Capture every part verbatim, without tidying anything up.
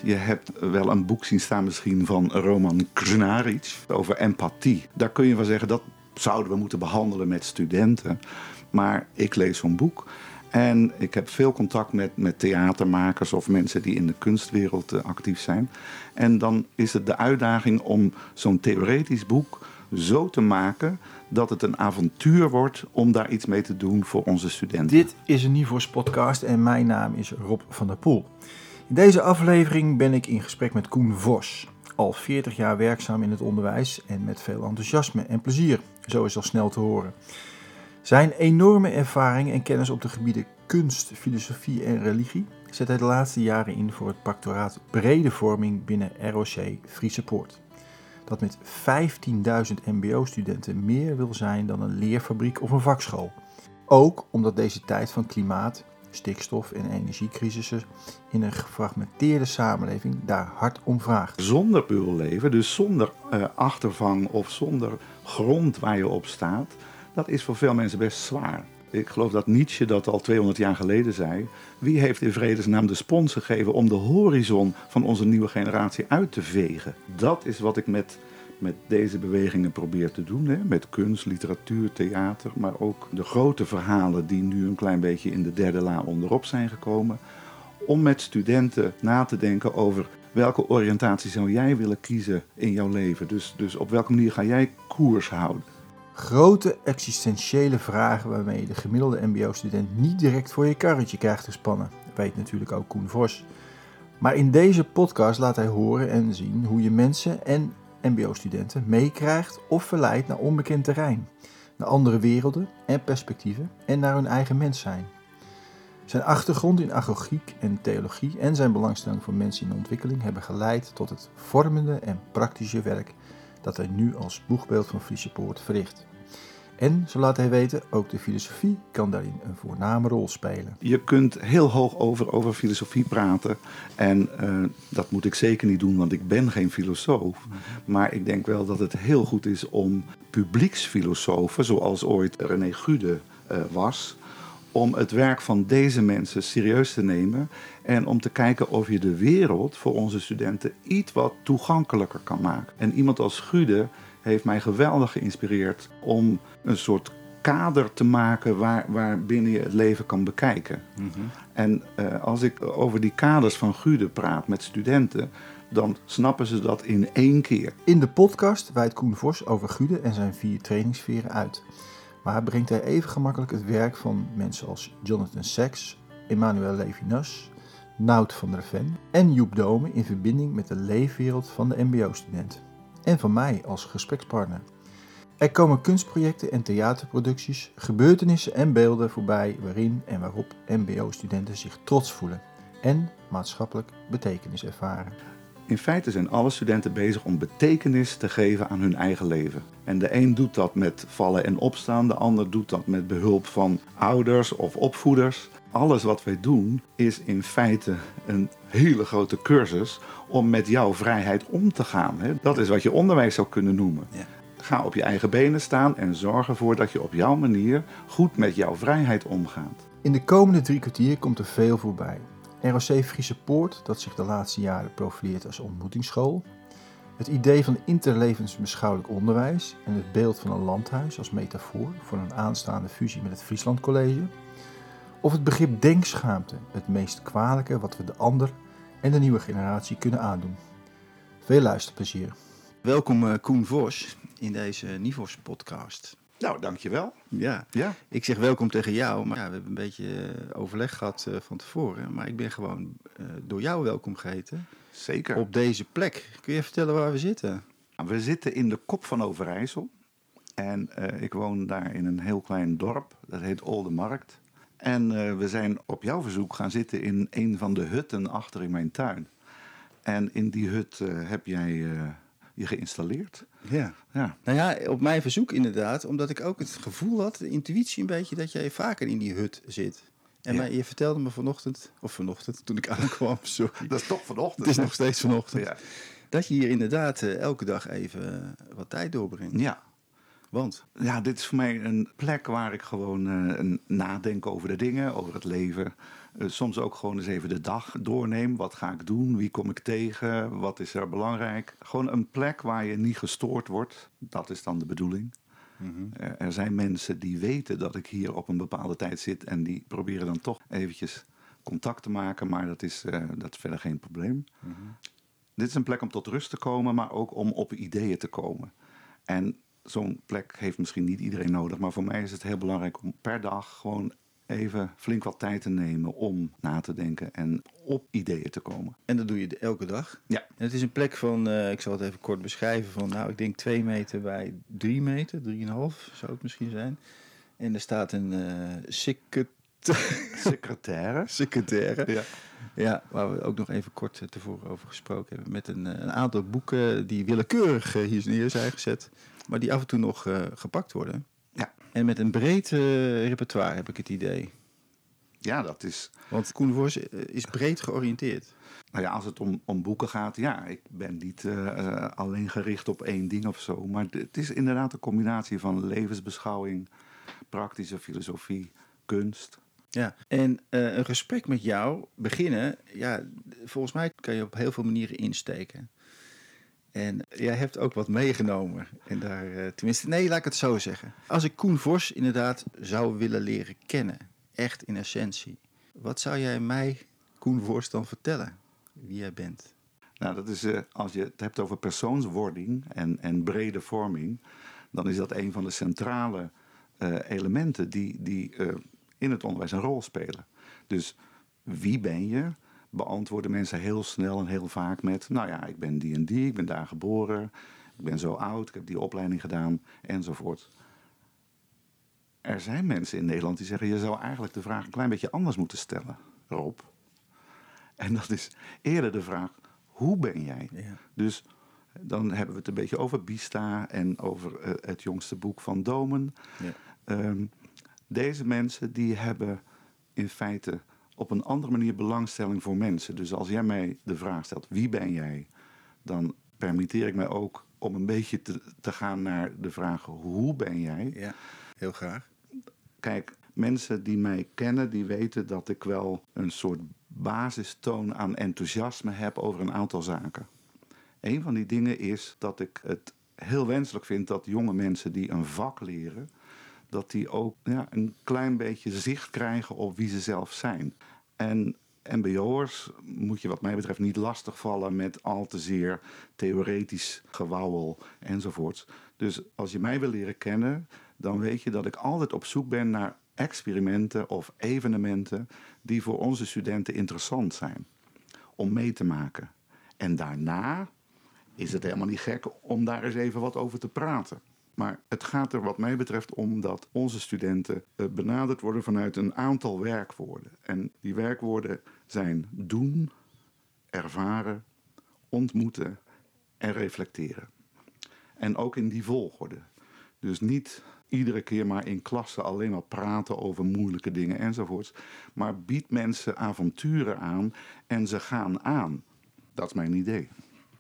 Je hebt wel een boek zien staan misschien van Roman Krznaric over empathie. Daar kun je wel zeggen, dat zouden we moeten behandelen met studenten. Maar ik lees zo'n boek en ik heb veel contact met, met theatermakers of mensen die in de kunstwereld uh, actief zijn. En dan is het de uitdaging om zo'n theoretisch boek zo te maken dat het een avontuur wordt om daar iets mee te doen voor onze studenten. Dit is een Nivos podcast en mijn naam is Rob van der Poel. In deze aflevering ben ik in gesprek met Koen Vos. Al veertig jaar werkzaam in het onderwijs en met veel enthousiasme en plezier, zo is al snel te horen. Zijn enorme ervaring en kennis op de gebieden kunst, filosofie en religie zet hij de laatste jaren in voor het practoraat Brede Vorming binnen R O C Friese Poort. Dat met vijftienduizend mbo-studenten meer wil zijn dan een leerfabriek of een vakschool. Ook omdat deze tijd van klimaat, stikstof en energiecrisissen in een gefragmenteerde samenleving daar hard om vraagt. Zonder buurleven, dus zonder uh, achtervang of zonder grond waar je op staat, dat is voor veel mensen best zwaar. Ik geloof dat Nietzsche dat al tweehonderd jaar geleden zei. Wie heeft in vredesnaam de spons gegeven om de horizon van onze nieuwe generatie uit te vegen? Dat is wat ik met, met deze bewegingen probeer te doen. Hè? Met kunst, literatuur, theater, maar ook de grote verhalen die nu een klein beetje in de derde la onderop zijn gekomen. Om met studenten na te denken over welke oriëntatie zou jij willen kiezen in jouw leven. Dus, dus op welke manier ga jij koers houden? Grote existentiële vragen waarmee je de gemiddelde mbo-student niet direct voor je karretje krijgt gespannen, weet natuurlijk ook Koen Vos. Maar in deze podcast laat hij horen en zien hoe je mensen en mbo-studenten meekrijgt of verleidt naar onbekend terrein, naar andere werelden en perspectieven en naar hun eigen mens zijn. Zijn achtergrond in agogiek en theologie en zijn belangstelling voor mensen in ontwikkeling hebben geleid tot het vormende en praktische werk dat hij nu als boegbeeld van Friese Poort verricht. En, zo laat hij weten, ook de filosofie kan daarin een voorname rol spelen. Je kunt heel hoog over, over filosofie praten en uh, dat moet ik zeker niet doen, want ik ben geen filosoof. Mm-hmm. Maar ik denk wel dat het heel goed is om publieksfilosofen, zoals ooit René Gude uh, was, om het werk van deze mensen serieus te nemen en om te kijken of je de wereld voor onze studenten iets wat toegankelijker kan maken. En iemand als Gude heeft mij geweldig geïnspireerd om een soort kader te maken waar, waar binnen je het leven kan bekijken. Mm-hmm. En uh, als ik over die kaders van Gude praat met studenten, dan snappen ze dat in één keer. In de podcast wijdt Koen Vos over Gude en zijn vier trainingssferen uit. Maar brengt hij even gemakkelijk het werk van mensen als Jonathan Sacks, Emmanuel Levinas, Nout van der Ven en Joep Dome in verbinding met de leefwereld van de mbo-student. En van mij als gesprekspartner. Er komen kunstprojecten en theaterproducties, gebeurtenissen en beelden voorbij waarin en waarop mbo-studenten zich trots voelen en maatschappelijk betekenis ervaren. In feite zijn alle studenten bezig om betekenis te geven aan hun eigen leven. En de een doet dat met vallen en opstaan, de ander doet dat met behulp van ouders of opvoeders. Alles wat wij doen is in feite een hele grote cursus om met jouw vrijheid om te gaan. Dat is wat je onderwijs zou kunnen noemen. Ja. Ga op je eigen benen staan en zorg ervoor dat je op jouw manier goed met jouw vrijheid omgaat. In de komende drie kwartier komt er veel voorbij. R O C Friese Poort, dat zich de laatste jaren profileert als ontmoetingsschool. Het idee van interlevensbeschouwelijk onderwijs en het beeld van een landhuis als metafoor voor een aanstaande fusie met het Friesland College. Of het begrip denkschaamte, het meest kwalijke wat we de ander en de nieuwe generatie kunnen aandoen. Veel luisterplezier. Welkom uh, Koen Vos in deze Nivos podcast. Nou, dankjewel. Ja. ja, ik zeg welkom tegen jou, maar ja, we hebben een beetje overleg gehad uh, van tevoren. Maar ik ben gewoon uh, door jou welkom geheten. Zeker. Op deze plek. Kun je vertellen waar we zitten? We zitten in de kop van Overijssel. En uh, ik woon daar in een heel klein dorp, dat heet Oldenmarkt. En uh, we zijn op jouw verzoek gaan zitten in een van de hutten achter in mijn tuin. En in die hut uh, heb jij uh, je geïnstalleerd. Ja. ja, nou ja, op mijn verzoek inderdaad. Omdat ik ook het gevoel had, de intuïtie een beetje, dat jij vaker in die hut zit. En ja. mij, je vertelde me vanochtend, of vanochtend, toen ik aankwam, sorry. Dat is toch vanochtend. Het is nog steeds vanochtend. Ja. Dat je hier inderdaad uh, elke dag even uh, wat tijd doorbrengt. Ja. Want? Ja, dit is voor mij een plek waar ik gewoon uh, nadenk over de dingen, over het leven. Uh, soms ook gewoon eens even de dag doorneem. Wat ga ik doen? Wie kom ik tegen? Wat is er belangrijk? Gewoon een plek waar je niet gestoord wordt. Dat is dan de bedoeling. Mm-hmm. Uh, er zijn mensen die weten dat ik hier op een bepaalde tijd zit en die proberen dan toch eventjes contact te maken, maar dat is, uh, dat is verder geen probleem. Mm-hmm. Dit is een plek om tot rust te komen, maar ook om op ideeën te komen. En zo'n plek heeft misschien niet iedereen nodig, maar voor mij is het heel belangrijk om per dag gewoon even flink wat tijd te nemen om na te denken en op ideeën te komen. En dat doe je elke dag? Ja. En het is een plek van, uh, ik zal het even kort beschrijven, van nou ik denk twee meter bij drie meter, drieënhalf zou het misschien zijn. En er staat een uh, secret... secretaire. secretaire. Ja. Ja, waar we ook nog even kort tevoren over gesproken hebben. Met een, een aantal boeken die willekeurig hier neer zijn gezet. Maar die af en toe nog uh, gepakt worden. Ja. En met een breed uh, repertoire heb ik het idee. Ja, dat is... Want Koen Vos is breed georiënteerd. Nou ja, als het om, om boeken gaat, ja, ik ben niet uh, uh, alleen gericht op één ding of zo. Maar het is inderdaad een combinatie van levensbeschouwing, praktische filosofie, kunst. Ja, en uh, een gesprek met jou beginnen, ja, volgens mij kan je op heel veel manieren insteken. En jij hebt ook wat meegenomen. En daar, uh, tenminste, nee, laat ik het zo zeggen. Als ik Koen Vos inderdaad zou willen leren kennen, echt in essentie, wat zou jij mij, Koen Vos, dan vertellen wie jij bent? Nou, dat is, uh, als je het hebt over persoonswording en, en brede vorming, dan is dat een van de centrale uh, elementen die, die uh, in het onderwijs een rol spelen. Dus wie ben je? Beantwoorden mensen heel snel en heel vaak met, nou ja, ik ben die en die, ik ben daar geboren, ik ben zo oud, ik heb die opleiding gedaan, enzovoort. Er zijn mensen in Nederland die zeggen, je zou eigenlijk de vraag een klein beetje anders moeten stellen, Rob. En dat is eerder de vraag, hoe ben jij? Ja. Dus dan hebben we het een beetje over Bista en over uh, het jongste boek van Domen. Ja. Um, deze mensen die hebben in feite op een andere manier belangstelling voor mensen. Dus als jij mij de vraag stelt, wie ben jij? Dan permitteer ik mij ook om een beetje te, te gaan naar de vraag, hoe ben jij? Ja, heel graag. Kijk, mensen die mij kennen, die weten dat ik wel een soort basistoon aan enthousiasme heb over een aantal zaken. Een van die dingen is dat ik het heel wenselijk vind dat jonge mensen die een vak leren, dat die ook ja, een klein beetje zicht krijgen op wie ze zelf zijn. En mbo'ers moet je wat mij betreft niet lastigvallen met al te zeer theoretisch gewauwel enzovoorts. Dus als je mij wil leren kennen, dan weet je dat ik altijd op zoek ben naar experimenten of evenementen die voor onze studenten interessant zijn om mee te maken. En daarna is het helemaal niet gek om daar eens even wat over te praten. Maar het gaat er wat mij betreft om dat onze studenten benaderd worden vanuit een aantal werkwoorden. En die werkwoorden zijn doen, ervaren, ontmoeten en reflecteren. En ook in die volgorde. Dus niet iedere keer maar in klassen alleen maar praten over moeilijke dingen enzovoorts. Maar bied mensen avonturen aan en ze gaan aan. Dat is mijn idee.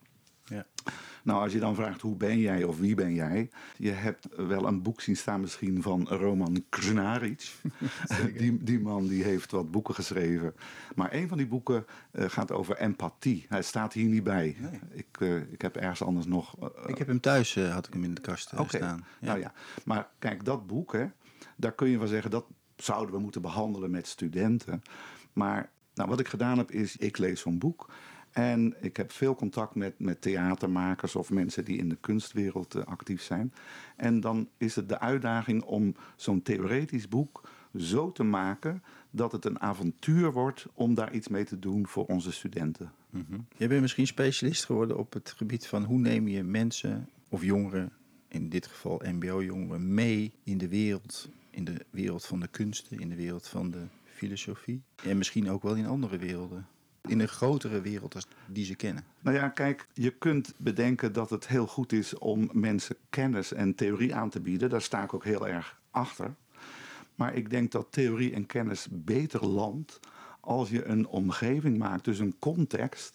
Ja. Nou, als je dan vraagt hoe ben jij of wie ben jij? Je hebt wel een boek zien staan misschien van Roman Krznaric. die, die man die heeft wat boeken geschreven. Maar een van die boeken uh, gaat over empathie. Hij staat hier niet bij. Nee. Ik, uh, ik heb ergens anders nog... Uh, ik heb hem thuis, uh, had ik hem in de kast uh, okay. staan. Ja. Nou ja, maar kijk, dat boek, hè, daar kun je wel zeggen, dat zouden we moeten behandelen met studenten. Maar nou, wat ik gedaan heb is, ik lees zo'n boek. En ik heb veel contact met, met theatermakers of mensen die in de kunstwereld uh, actief zijn. En dan is het de uitdaging om zo'n theoretisch boek zo te maken dat het een avontuur wordt om daar iets mee te doen voor onze studenten. Mm-hmm. Jij bent misschien specialist geworden op het gebied van hoe neem je mensen of jongeren, in dit geval mbo-jongeren, mee in de wereld, in de wereld van de kunsten, in de wereld van de filosofie. En misschien ook wel in andere werelden. In een grotere wereld als die ze kennen. Nou ja, kijk, je kunt bedenken dat het heel goed is om mensen kennis en theorie aan te bieden. Daar sta ik ook heel erg achter. Maar ik denk dat theorie en kennis beter landt als je een omgeving maakt, dus een context,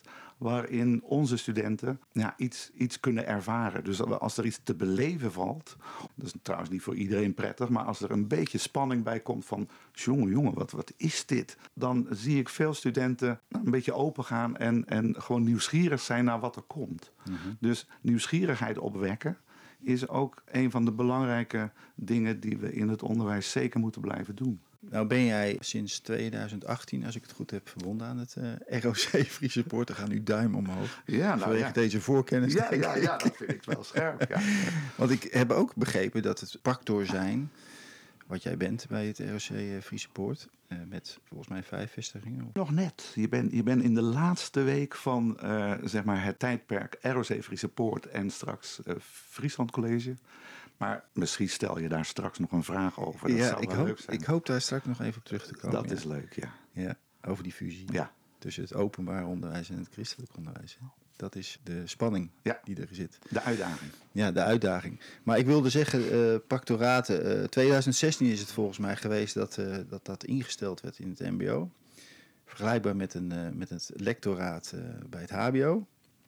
waarin onze studenten ja, iets, iets kunnen ervaren. Dus als er iets te beleven valt, dat is trouwens niet voor iedereen prettig, maar als er een beetje spanning bij komt van, jongen, jongen, wat, wat is dit? Dan zie ik veel studenten een beetje open gaan en, en gewoon nieuwsgierig zijn naar wat er komt. Mm-hmm. Dus nieuwsgierigheid opwekken is ook een van de belangrijke dingen die we in het onderwijs zeker moeten blijven doen. Nou ben jij sinds twintig achttien, als ik het goed heb, verbonden aan het uh, R O C Friese Poort. Er gaan nu duim omhoog. Ja, nou vanwege ja. deze voorkennis. Ja, ja, ja, dat vind ik wel scherp. Ja. Want ik heb ook begrepen dat het practor zijn, wat jij bent bij het R O C Friese Poort, uh, met volgens mij vijf vestigingen. Nog net. Je bent je bent in de laatste week van uh, zeg maar het tijdperk R O C Friese Poort en straks uh, Friesland College. Maar misschien stel je daar straks nog een vraag over. Dat ja, zou ik wel hoop, leuk zijn. ik hoop daar straks nog even op terug te komen. Dat ja. is leuk, ja. Ja, over die fusie ja. tussen het openbaar onderwijs en het christelijk onderwijs. Hè. Dat is de spanning ja. die er zit. De uitdaging. Ja, de uitdaging. Maar ik wilde zeggen, uh, practoraten. Uh, twintig zestien is het volgens mij geweest dat, uh, dat dat ingesteld werd in het M B O. Vergelijkbaar met, een, uh, met het lectoraat uh, bij het H B O.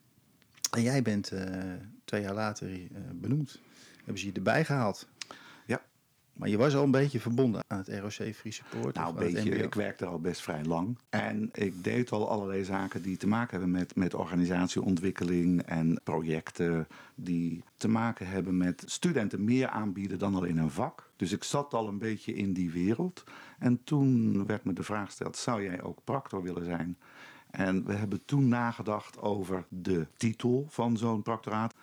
En jij bent uh, twee jaar later uh, benoemd. Hebben ze je erbij gehaald. Ja. Maar je was al een beetje verbonden aan het R O C Friese Poort. Nou, een beetje. Ik werkte al best vrij lang. En ik deed al allerlei zaken die te maken hebben met, met organisatieontwikkeling en projecten die te maken hebben met studenten meer aanbieden dan alleen een vak. Dus ik zat al een beetje in die wereld. En toen werd me de vraag gesteld, zou jij ook practor willen zijn? En we hebben toen nagedacht over de titel van zo'n practoraat.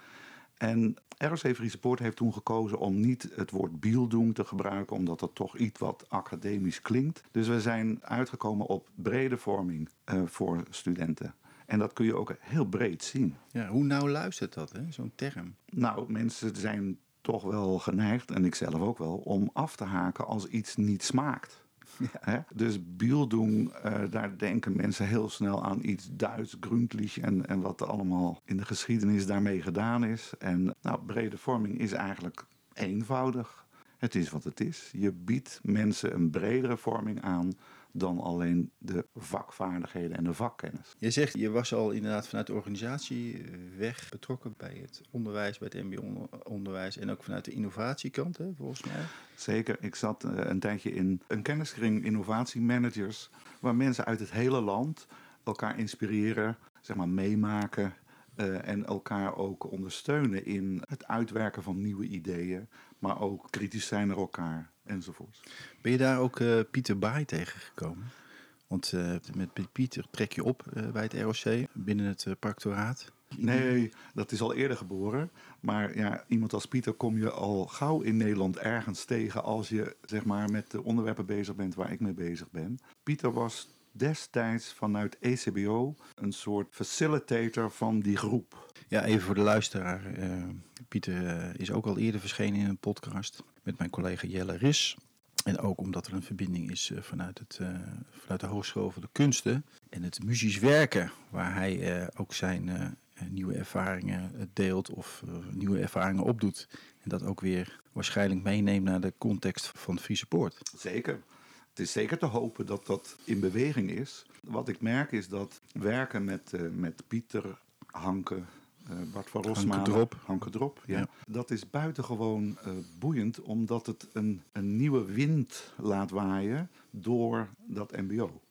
En R O C Friese Poort heeft toen gekozen om niet het woord Bildung te gebruiken, omdat dat toch iets wat academisch klinkt. Dus we zijn uitgekomen op brede vorming uh, voor studenten. En dat kun je ook heel breed zien. Ja, hoe nauw luistert dat, hè? Zo'n term? Nou, mensen zijn toch wel geneigd, en ik zelf ook wel, om af te haken als iets niet smaakt. Ja. Dus Bildung, uh, daar denken mensen heel snel aan iets Duits, gründlich en, en wat er allemaal in de geschiedenis daarmee gedaan is. En nou, brede vorming is eigenlijk eenvoudig. Het is wat het is. Je biedt mensen een bredere vorming aan dan alleen de vakvaardigheden en de vakkennis. Je zegt, je was al inderdaad vanuit de organisatie weg betrokken bij het onderwijs, bij het M B O-onderwijs en ook vanuit de innovatiekant, hè, volgens mij. Zeker. Ik zat uh, een tijdje in een kenniskring innovatiemanagers, waar mensen uit het hele land elkaar inspireren, zeg maar meemaken uh, en elkaar ook ondersteunen in het uitwerken van nieuwe ideeën, maar ook kritisch zijn naar elkaar enzovoort. Ben je daar ook uh, Pieter Baai tegengekomen? Want uh, met Pieter trek je op uh, bij het R O C binnen het uh, practoraat. Nee, dat is al eerder geboren. Maar ja, iemand als Pieter kom je al gauw in Nederland ergens tegen als je zeg maar met de onderwerpen bezig bent waar ik mee bezig ben. Pieter was destijds vanuit E C B O een soort facilitator van die groep. Ja, even voor de luisteraar. Uh, Pieter uh, is ook al eerder verschenen in een podcast met mijn collega Jelle Ris. En ook omdat er een verbinding is uh, vanuit, het, uh, vanuit de Hogeschool voor de Kunsten en het muzisch werken, waar hij uh, ook zijn uh, nieuwe ervaringen deelt of uh, nieuwe ervaringen opdoet. En dat ook weer waarschijnlijk meeneemt naar de context van het Friese Poort. Zeker. Het is zeker te hopen dat dat in beweging is. Wat ik merk is dat werken met, uh, met Pieter, Hanke, uh, Bart van Rosmalen, Hanke Drop, Hanke Drop ja. Ja. Dat is buitengewoon uh, boeiend, omdat het een, een nieuwe wind laat waaien door dat M B O.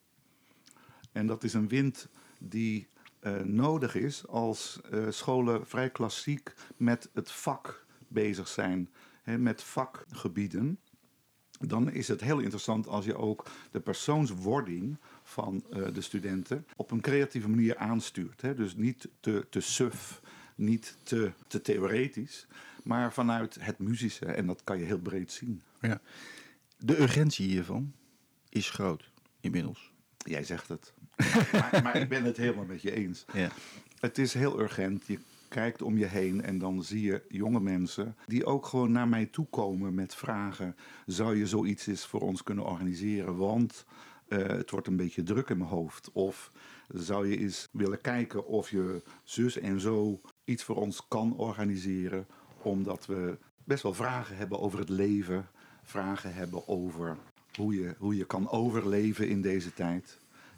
En dat is een wind die uh, nodig is als uh, scholen vrij klassiek met het vak bezig zijn, hè, met vakgebieden. Dan is het heel interessant als je ook de persoonswording van uh, de studenten op een creatieve manier aanstuurt. Hè? Dus niet te, te suf, niet te, te theoretisch, maar vanuit het muzische. En dat kan je heel breed zien. Ja. De urgentie hiervan is groot inmiddels. Jij zegt het. maar, maar ik ben het helemaal met je eens. Ja. Het is heel urgent. Je kijkt om je heen en dan zie je jonge mensen die ook gewoon naar mij toe komen met vragen. Zou je zoiets eens voor ons kunnen organiseren? Want uh, het wordt een beetje druk in mijn hoofd. Of zou je eens willen kijken of je zus en zo iets voor ons kan organiseren? Omdat we best wel vragen hebben over het leven. Vragen hebben over hoe je, hoe je kan overleven in deze tijd.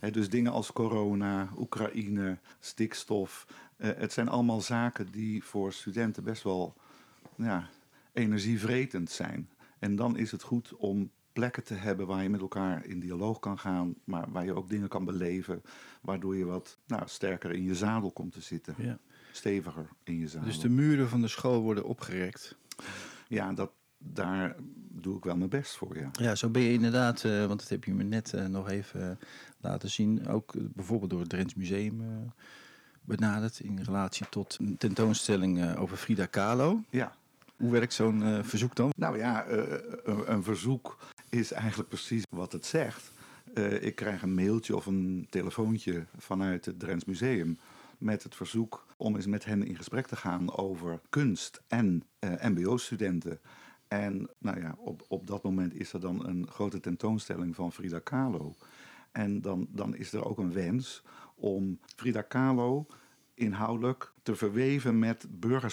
He, dus dingen als corona, Oekraïne, stikstof. Uh, het zijn allemaal zaken die voor studenten best wel ja, energievretend zijn. En dan is het goed om plekken te hebben waar je met elkaar in dialoog kan gaan, maar waar je ook dingen kan beleven, waardoor je wat nou, sterker in je zadel komt te zitten. Ja. Steviger in je zadel. Dus de muren van de school worden opgerekt? Ja, dat, daar doe ik wel mijn best voor, ja. Ja, zo ben je inderdaad, uh, want dat heb je me net uh, nog even uh, laten zien, ook uh, bijvoorbeeld door het Drents Museum uh, benaderd in relatie tot een tentoonstelling uh, over Frida Kahlo. Ja. Hoe werkt zo'n uh, verzoek dan? Nou ja, uh, een, een verzoek is eigenlijk precies wat het zegt. Uh, ik krijg een mailtje of een telefoontje vanuit het Drents Museum met het verzoek om eens met hen in gesprek te gaan over kunst en uh, mbo-studenten. En nou ja, op, op dat moment is er dan een grote tentoonstelling van Frida Kahlo. En dan, dan is er ook een wens om Frida Kahlo inhoudelijk te verweven met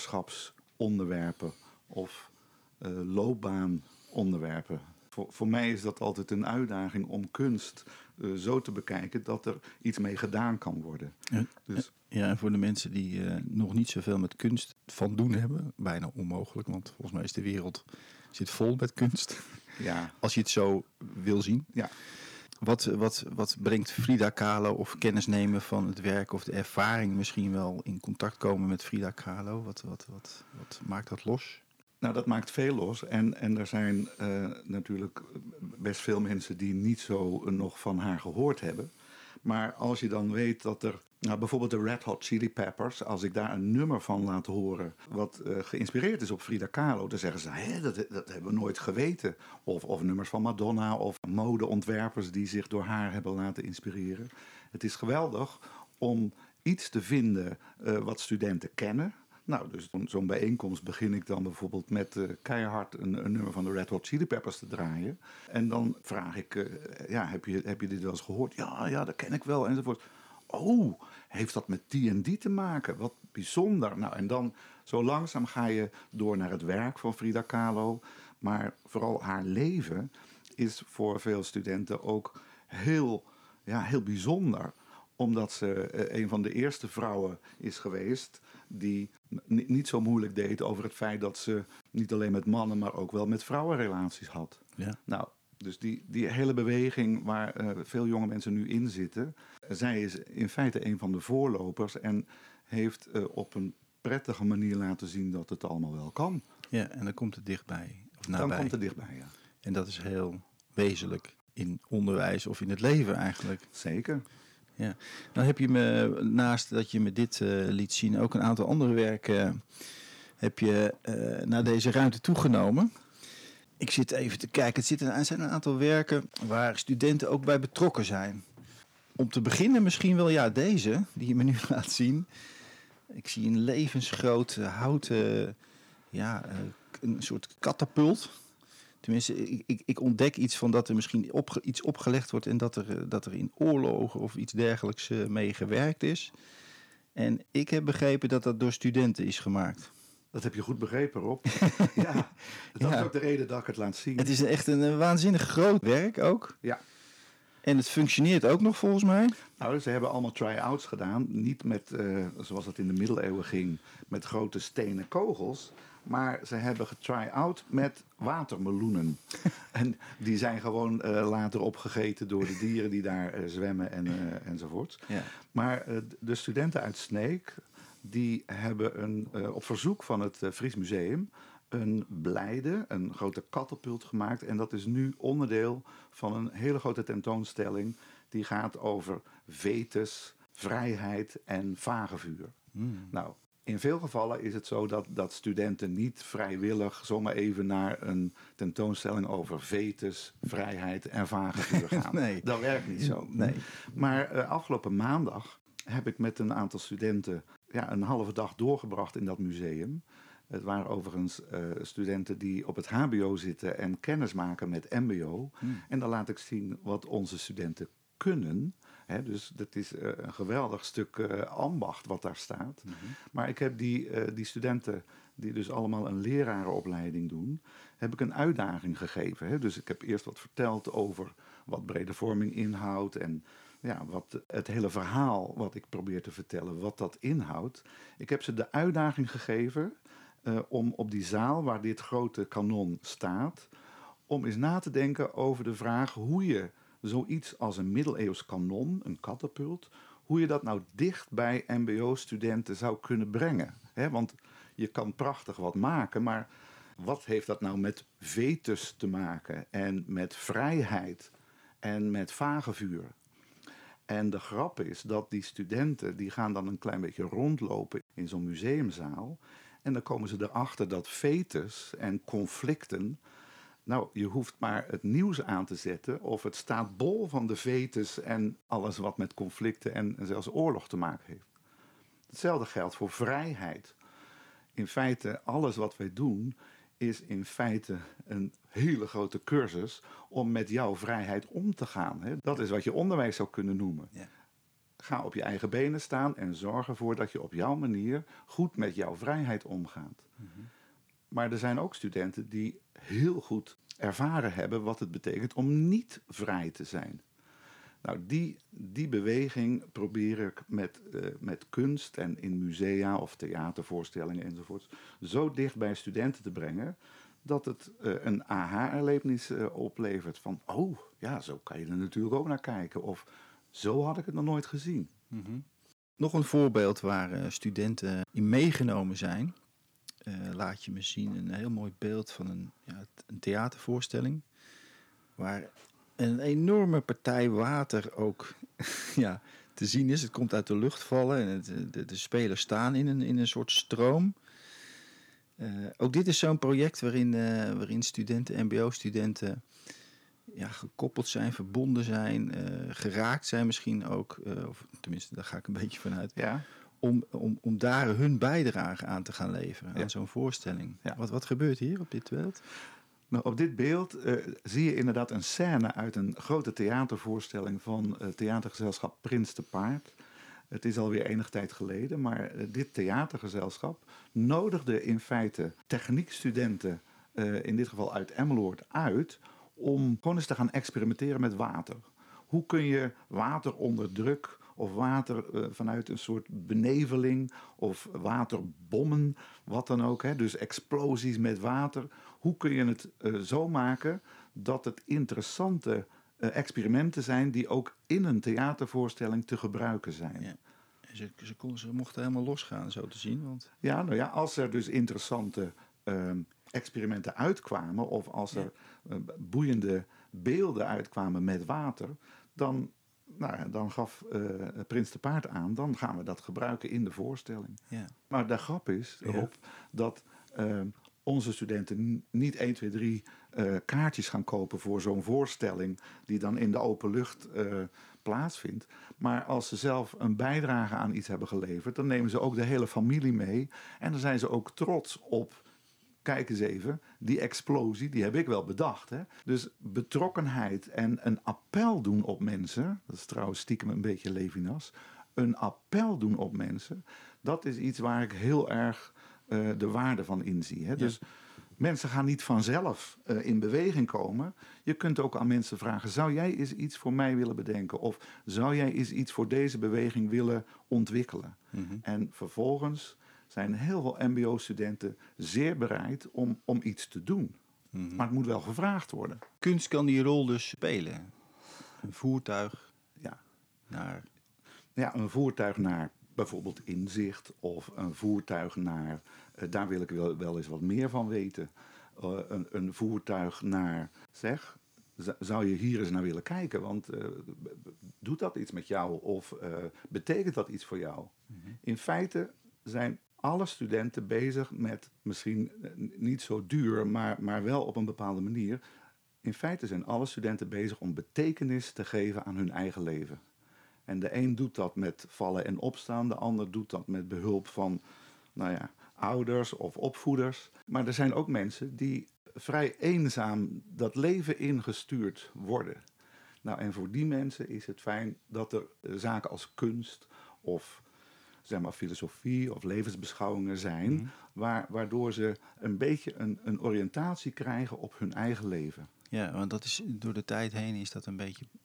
burgerschapsonderwerpen of uh, loopbaanonderwerpen. Voor, voor mij is dat altijd een uitdaging om kunst uh, zo te bekijken dat er iets mee gedaan kan worden. Ja, dus, ja en voor de mensen die uh, nog niet zoveel met kunst van doen hebben, bijna onmogelijk, want volgens mij is de wereld zit vol met kunst. Ja. Als je het zo wil zien. Ja. Wat, wat, wat brengt Frida Kahlo of kennis nemen van het werk of de ervaring misschien wel in contact komen met Frida Kahlo? Wat, wat, wat, wat maakt dat los? Nou, dat maakt veel los. En, en er zijn uh, natuurlijk best veel mensen die niet zo nog van haar gehoord hebben. Maar als je dan weet dat er, nou, bijvoorbeeld de Red Hot Chili Peppers, als ik daar een nummer van laat horen wat uh, geïnspireerd is op Frida Kahlo, dan zeggen ze, hé, dat, dat hebben we nooit geweten. Of, of nummers van Madonna of modeontwerpers die zich door haar hebben laten inspireren. Het is geweldig om iets te vinden uh, wat studenten kennen. Nou, dus zo'n bijeenkomst begin ik dan bijvoorbeeld met uh, keihard een, een nummer van de Red Hot Chili Peppers te draaien. En dan vraag ik, uh, ja, heb je, heb je dit wel eens gehoord? Ja, ja, dat ken ik wel, enzovoort. Oh, heeft dat met die en die te maken? Wat bijzonder. Nou, en dan zo langzaam ga je door naar het werk van Frida Kahlo. Maar vooral haar leven is voor veel studenten ook heel, ja, heel bijzonder. Omdat ze uh, een van de eerste vrouwen is geweest die n- niet zo moeilijk deed over het feit dat ze niet alleen met mannen, maar ook wel met vrouwen relaties had. Ja. Nou, dus die, die hele beweging waar uh, veel jonge mensen nu in zitten, zij is in feite een van de voorlopers en heeft uh, op een prettige manier laten zien dat het allemaal wel kan. Ja, en dan komt het dichtbij. Of nabij. Dan komt het dichtbij, ja. En dat is heel wezenlijk in onderwijs of in het leven eigenlijk. Zeker. Ja, dan heb je me, naast dat je me dit uh, liet zien, ook een aantal andere werken uh, heb je uh, naar deze ruimte toegenomen. Ik zit even te kijken, het zitten, er zijn een aantal werken waar studenten ook bij betrokken zijn. Om te beginnen misschien wel, ja, deze, die je me nu laat zien. Ik zie een levensgrote houten, ja, uh, een soort katapult. Tenminste, ik, ik, ik ontdek iets van dat er misschien opge, iets opgelegd wordt en dat er, dat er in oorlogen of iets dergelijks uh, mee gewerkt is. En ik heb begrepen dat dat door studenten is gemaakt. Dat heb je goed begrepen, Rob. Ja, dat ja. is ook de reden dat ik het laat zien. Het is echt een, een waanzinnig groot werk ook. Ja. En het functioneert ook nog volgens mij. Nou, ze hebben allemaal try-outs gedaan. Niet met, uh, zoals het in de middeleeuwen ging, met grote stenen kogels. Maar ze hebben getry-out met watermeloenen. En die zijn gewoon uh, later opgegeten door de dieren die daar uh, zwemmen en, uh, enzovoort. Ja. Maar uh, de studenten uit Sneek, die hebben een, uh, op verzoek van het uh, Fries Museum een blijde, een grote katapult gemaakt. En dat is nu onderdeel van een hele grote tentoonstelling die gaat over vetes, vrijheid en vagevuur. Mm. Nou, in veel gevallen is het zo dat, dat studenten niet vrijwillig zomaar even naar een tentoonstelling over vetes, vrijheid en vagevuur gaan. Nee. Dat werkt niet zo. Nee. Maar uh, afgelopen maandag heb ik met een aantal studenten ja, een halve dag doorgebracht in dat museum. Het waren overigens uh, studenten die op het H B O zitten en kennis maken met M B O. Hmm. En dan laat ik zien wat onze studenten kunnen. He, dus dat is uh, een geweldig stuk uh, ambacht wat daar staat. Mm-hmm. Maar ik heb die, uh, die studenten, die dus allemaal een lerarenopleiding doen, heb ik een uitdaging gegeven. He. Dus ik heb eerst wat verteld over wat brede vorming inhoudt en ja, wat het hele verhaal wat ik probeer te vertellen, wat dat inhoudt. Ik heb ze de uitdaging gegeven uh, om op die zaal waar dit grote kanon staat, om eens na te denken over de vraag hoe je zoiets als een middeleeuws kanon, een katapult, hoe je dat nou dicht bij mbo-studenten zou kunnen brengen. He, want je kan prachtig wat maken, maar wat heeft dat nou met vetus te maken en met vrijheid en met vagevuur? En de grap is dat die studenten, die gaan dan een klein beetje rondlopen in zo'n museumzaal. En dan komen ze erachter dat vetus en conflicten, nou, je hoeft maar het nieuws aan te zetten of het staat bol van de vetus en alles wat met conflicten en, en zelfs oorlog te maken heeft. Hetzelfde geldt voor vrijheid. In feite, alles wat wij doen is in feite een hele grote cursus om met jouw vrijheid om te gaan. Dat is wat je onderwijs zou kunnen noemen. Ja. Ga op je eigen benen staan en zorg ervoor dat je op jouw manier goed met jouw vrijheid omgaat. Mm-hmm. Maar er zijn ook studenten die heel goed ervaren hebben wat het betekent om niet vrij te zijn. Nou, die, die beweging probeer ik met, uh, met kunst en in musea of theatervoorstellingen enzovoort zo dicht bij studenten te brengen dat het uh, een aha-erlevenis uh, oplevert van, oh ja, zo kan je er natuurlijk ook naar kijken of zo had ik het nog nooit gezien. Mm-hmm. Nog een voorbeeld waar uh, studenten in meegenomen zijn. Uh, laat je me zien een heel mooi beeld van een, ja, een theatervoorstelling waar een enorme partij water ook ja, te zien is. Het komt uit de lucht vallen en het, de, de spelers staan in een, in een soort stroom. Uh, ook dit is zo'n project waarin, uh, waarin studenten, mbo-studenten ja, gekoppeld zijn, verbonden zijn, uh, geraakt zijn misschien ook. Uh, of tenminste, daar ga ik een beetje vanuit. Ja. Om, om, om daar hun bijdrage aan te gaan leveren, ja. aan zo'n voorstelling. Ja. Wat, wat gebeurt hier op dit beeld? Nou, op dit beeld uh, zie je inderdaad een scène uit een grote theatervoorstelling van het theatergezelschap Prins te Paard. Het is alweer enige tijd geleden, maar uh, dit theatergezelschap nodigde in feite techniekstudenten, uh, in dit geval uit Emmeloord, uit om gewoon eens te gaan experimenteren met water. Hoe kun je water onder druk of water uh, vanuit een soort beneveling of waterbommen, wat dan ook, hè? Dus explosies met water. Hoe kun je het uh, zo maken dat het interessante uh, experimenten zijn die ook in een theatervoorstelling te gebruiken zijn? Ja. Ze, ze, kon, ze mochten helemaal losgaan, zo te zien. Want... Ja, nou ja, als er dus interessante uh, experimenten uitkwamen of als er uh, boeiende beelden uitkwamen met water, dan... Nou, dan gaf uh, Prins te Paard aan, dan gaan we dat gebruiken in de voorstelling. Ja. Maar de grap is erop ja. dat uh, onze studenten niet één, twee, drie uh, kaartjes gaan kopen voor zo'n voorstelling die dan in de open lucht uh, plaatsvindt. Maar als ze zelf een bijdrage aan iets hebben geleverd, dan nemen ze ook de hele familie mee. En dan zijn ze ook trots op. Kijk eens even, die explosie, die heb ik wel bedacht. Hè? Dus betrokkenheid en een appel doen op mensen, dat is trouwens stiekem een beetje Levinas, een appel doen op mensen, dat is iets waar ik heel erg uh, de waarde van inzie. Hè? Ja. Dus mensen gaan niet vanzelf uh, in beweging komen. Je kunt ook aan mensen vragen, zou jij eens iets voor mij willen bedenken? Of zou jij eens iets voor deze beweging willen ontwikkelen? Mm-hmm. En vervolgens zijn heel veel mbo-studenten zeer bereid om, om iets te doen. Mm-hmm. Maar het moet wel gevraagd worden. Kunst kan die rol dus spelen. Een voertuig ja. naar... Ja, een voertuig naar bijvoorbeeld inzicht. Of een voertuig naar... Uh, daar wil ik wel, wel eens wat meer van weten. Uh, een, een voertuig naar... Zeg, zou je hier eens naar willen kijken? Want uh, doet dat iets met jou? Of uh, betekent dat iets voor jou? Mm-hmm. In feite zijn alle studenten bezig met, misschien niet zo duur, maar, maar wel op een bepaalde manier. In feite zijn alle studenten bezig om betekenis te geven aan hun eigen leven. En de een doet dat met vallen en opstaan, de ander doet dat met behulp van, nou ja, ouders of opvoeders. Maar er zijn ook mensen die vrij eenzaam dat leven ingestuurd worden. Nou, en voor die mensen is het fijn dat er zaken als kunst of zeg maar filosofie of levensbeschouwingen zijn, mm-hmm. waar, waardoor ze een beetje een, een oriëntatie krijgen op hun eigen leven. Ja, want dat is door de tijd heen is dat een beetje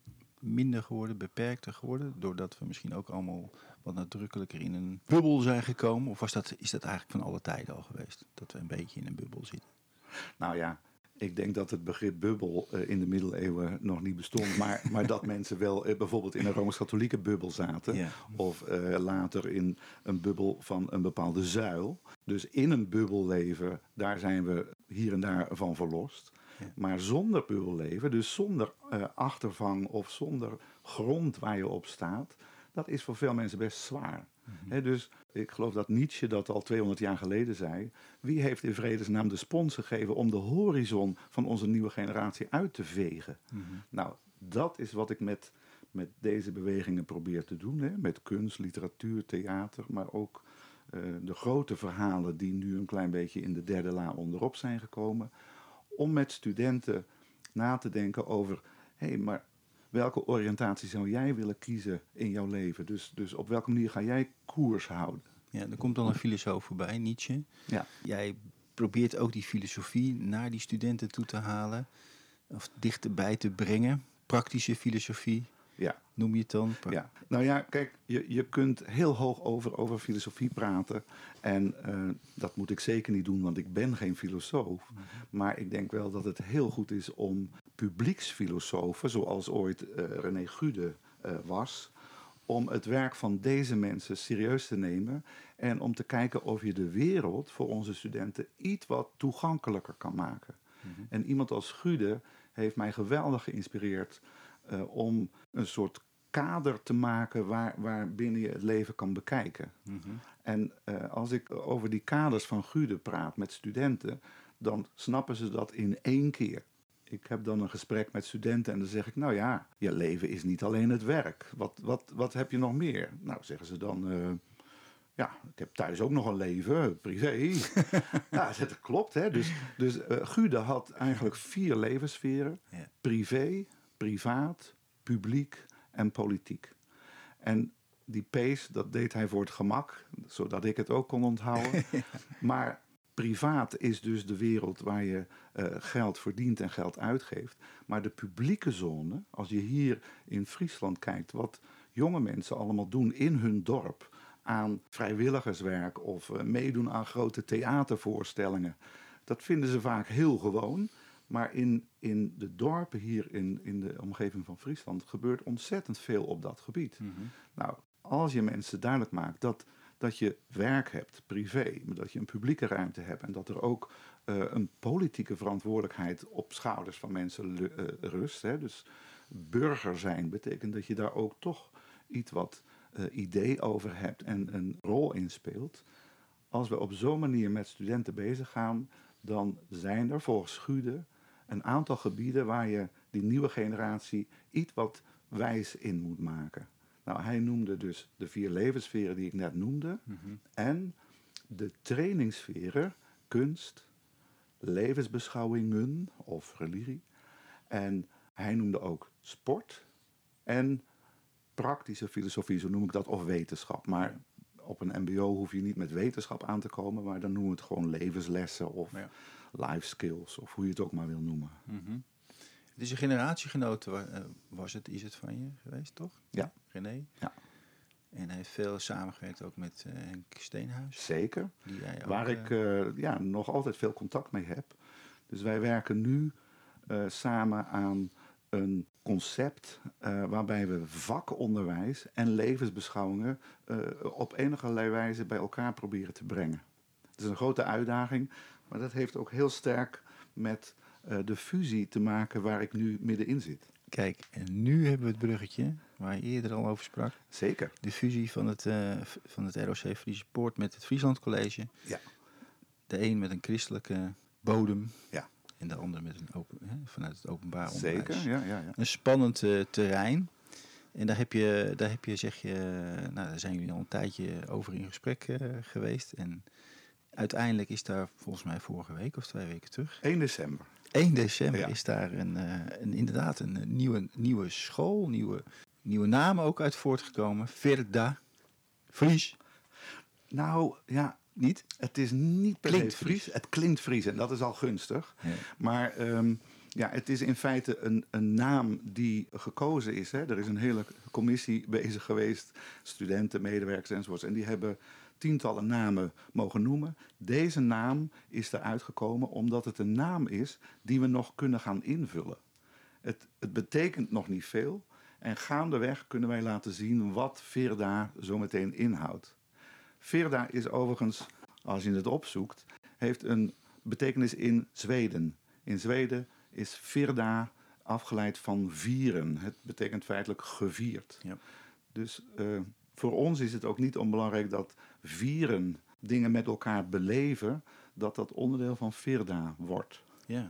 minder geworden, beperkter geworden? Doordat we misschien ook allemaal wat nadrukkelijker in een bubbel zijn gekomen? Of was dat, is dat eigenlijk van alle tijden al geweest? Dat we een beetje in een bubbel zitten? Nou ja, ik denk dat het begrip bubbel uh, in de middeleeuwen nog niet bestond. Maar, maar dat mensen wel uh, bijvoorbeeld in een Rooms-Katholieke bubbel zaten. Ja. Of uh, later in een bubbel van een bepaalde zuil. Dus in een bubbel leven, daar zijn we hier en daar van verlost. Ja. Maar zonder bubbelleven, dus zonder uh, achtervang of zonder grond waar je op staat, dat is voor veel mensen best zwaar. Mm-hmm. He, dus ik geloof dat Nietzsche dat al tweehonderd jaar geleden zei. Wie heeft in vredesnaam de spons gegeven om de horizon van onze nieuwe generatie uit te vegen? Mm-hmm. Nou, dat is wat ik met, met deze bewegingen probeer te doen. Hè? Met kunst, literatuur, theater, maar ook uh, de grote verhalen die nu een klein beetje in de derde la onderop zijn gekomen. Om met studenten na te denken over, hé, hey, maar welke oriëntatie zou jij willen kiezen in jouw leven? Dus, dus op welke manier ga jij koers houden? Ja, er komt dan een filosoof voorbij, Nietzsche. Ja. Jij probeert ook die filosofie naar die studenten toe te halen. Of dichterbij te brengen. Praktische filosofie. Ja. Noem je het dan? Ja. Nou ja, kijk, je, je kunt heel hoog over, over filosofie praten. En uh, dat moet ik zeker niet doen, want ik ben geen filosoof. Mm-hmm. Maar ik denk wel dat het heel goed is om publieksfilosofen, zoals ooit uh, René Gude uh, was, om het werk van deze mensen serieus te nemen en om te kijken of je de wereld voor onze studenten iets wat toegankelijker kan maken. Mm-hmm. En iemand als Gude heeft mij geweldig geïnspireerd uh, om een soort kader te maken waar, waar binnen je het leven kan bekijken. Mm-hmm. En uh, als ik over die kaders van Gude praat met studenten, dan snappen ze dat in één keer. Ik heb dan een gesprek met studenten en dan zeg ik, nou ja, je leven is niet alleen het werk. Wat, wat, wat heb je nog meer? Nou, zeggen ze dan, uh, ja, ik heb thuis ook nog een leven, privé. Ja, dat klopt, hè. Dus, dus uh, Gude had eigenlijk vier levenssferen. Ja. Privé, privaat, publiek en politiek. En die P's, dat deed hij voor het gemak, zodat ik het ook kon onthouden. Ja. Maar privaat is dus de wereld waar je uh, geld verdient en geld uitgeeft. Maar de publieke zone, als je hier in Friesland kijkt, wat jonge mensen allemaal doen in hun dorp aan vrijwilligerswerk of uh, meedoen aan grote theatervoorstellingen, dat vinden ze vaak heel gewoon. Maar in, in de dorpen hier in, in de omgeving van Friesland gebeurt ontzettend veel op dat gebied. Mm-hmm. Nou, als je mensen duidelijk maakt dat, dat je werk hebt, privé, maar dat je een publieke ruimte hebt en dat er ook uh, een politieke verantwoordelijkheid op schouders van mensen uh, rust. Hè. Dus burger zijn betekent dat je daar ook toch iets wat uh, idee over hebt en een rol in speelt. Als we op zo'n manier met studenten bezig gaan, dan zijn er volgens Gude een aantal gebieden waar je die nieuwe generatie iets wat wijs in moet maken. Nou, hij noemde dus de vier levenssferen die ik net noemde. Mm-hmm. En de trainingssferen, kunst, levensbeschouwingen of religie. En hij noemde ook sport en praktische filosofie, zo noem ik dat, of wetenschap. Maar op een mbo hoef je niet met wetenschap aan te komen, maar dan noemen we het gewoon levenslessen of ja. life skills, of hoe je het ook maar wil noemen. Mm-hmm. Het is een generatiegenoot, was het, is het van je geweest, toch? Ja. René? Ja. En hij heeft veel samengewerkt ook met uh, Henk Steenhuis. Zeker. Die jij ook, waar ik uh, ja, nog altijd veel contact mee heb. Dus wij werken nu uh, samen aan een concept uh, waarbij we vakonderwijs en levensbeschouwingen uh, op enige wijze bij elkaar proberen te brengen. Het is een grote uitdaging, maar dat heeft ook heel sterk met uh, de fusie te maken waar ik nu middenin zit. Kijk, en nu hebben we het bruggetje waar je eerder al over sprak. Zeker. De fusie van het, uh, van het R O C Friese Poort met het Friesland College. Ja. De een met een christelijke bodem. Ja. En de ander met een open, hè, vanuit het openbaar onderwijs. Zeker, ja, ja, ja. Een spannend uh, terrein. En daar heb je, daar heb je, zeg je, nou, daar zijn jullie al een tijdje over in gesprek uh, geweest. En uiteindelijk is daar volgens mij vorige week of twee weken terug. één december. één december ja. is daar een, uh, een, inderdaad een nieuwe, nieuwe school, nieuwe, nieuwe naam ook uit voortgekomen. Verda Fries. Nou, ja, niet. Het is niet per se Fries. Het klinkt Fries en dat is al gunstig. Ja. Maar um, Ja, het is in feite een, een naam die gekozen is. Hè. Er is een hele commissie bezig geweest, studenten, medewerkers enzovoorts. En die hebben tientallen namen mogen noemen. Deze naam is eruit gekomen omdat het een naam is die we nog kunnen gaan invullen. Het, het betekent nog niet veel. En gaandeweg kunnen wij laten zien wat Virda zometeen inhoudt. Virda is overigens, als je het opzoekt, heeft een betekenis in Zweden. In Zweden is Virda afgeleid van vieren. Het betekent feitelijk gevierd. Ja. Dus uh, voor ons is het ook niet onbelangrijk dat vieren, dingen met elkaar beleven, dat dat onderdeel van Virda wordt. Ja.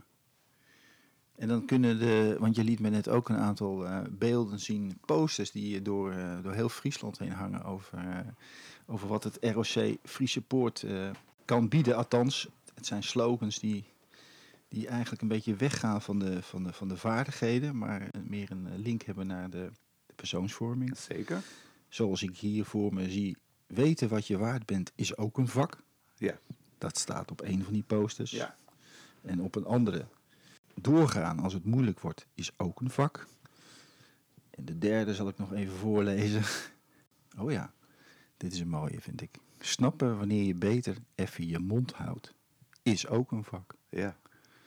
En dan kunnen de, want je liet me net ook een aantal uh, beelden zien, posters die door, uh, door heel Friesland heen hangen over, uh, over wat het R O C Friese Poort uh, kan bieden. Althans, het zijn slogans die, die eigenlijk een beetje weggaan van de, van de, van de vaardigheden, maar meer een link hebben naar de, de persoonsvorming. Zeker. Zoals ik hier voor me zie, weten wat je waard bent is ook een vak. Ja. Dat staat op een van die posters. Ja. En op een andere, doorgaan als het moeilijk wordt, is ook een vak. En de derde zal ik nog even voorlezen. Oh ja, dit is een mooie, vind ik. Snappen wanneer je beter even je mond houdt, is ook een vak. Ja.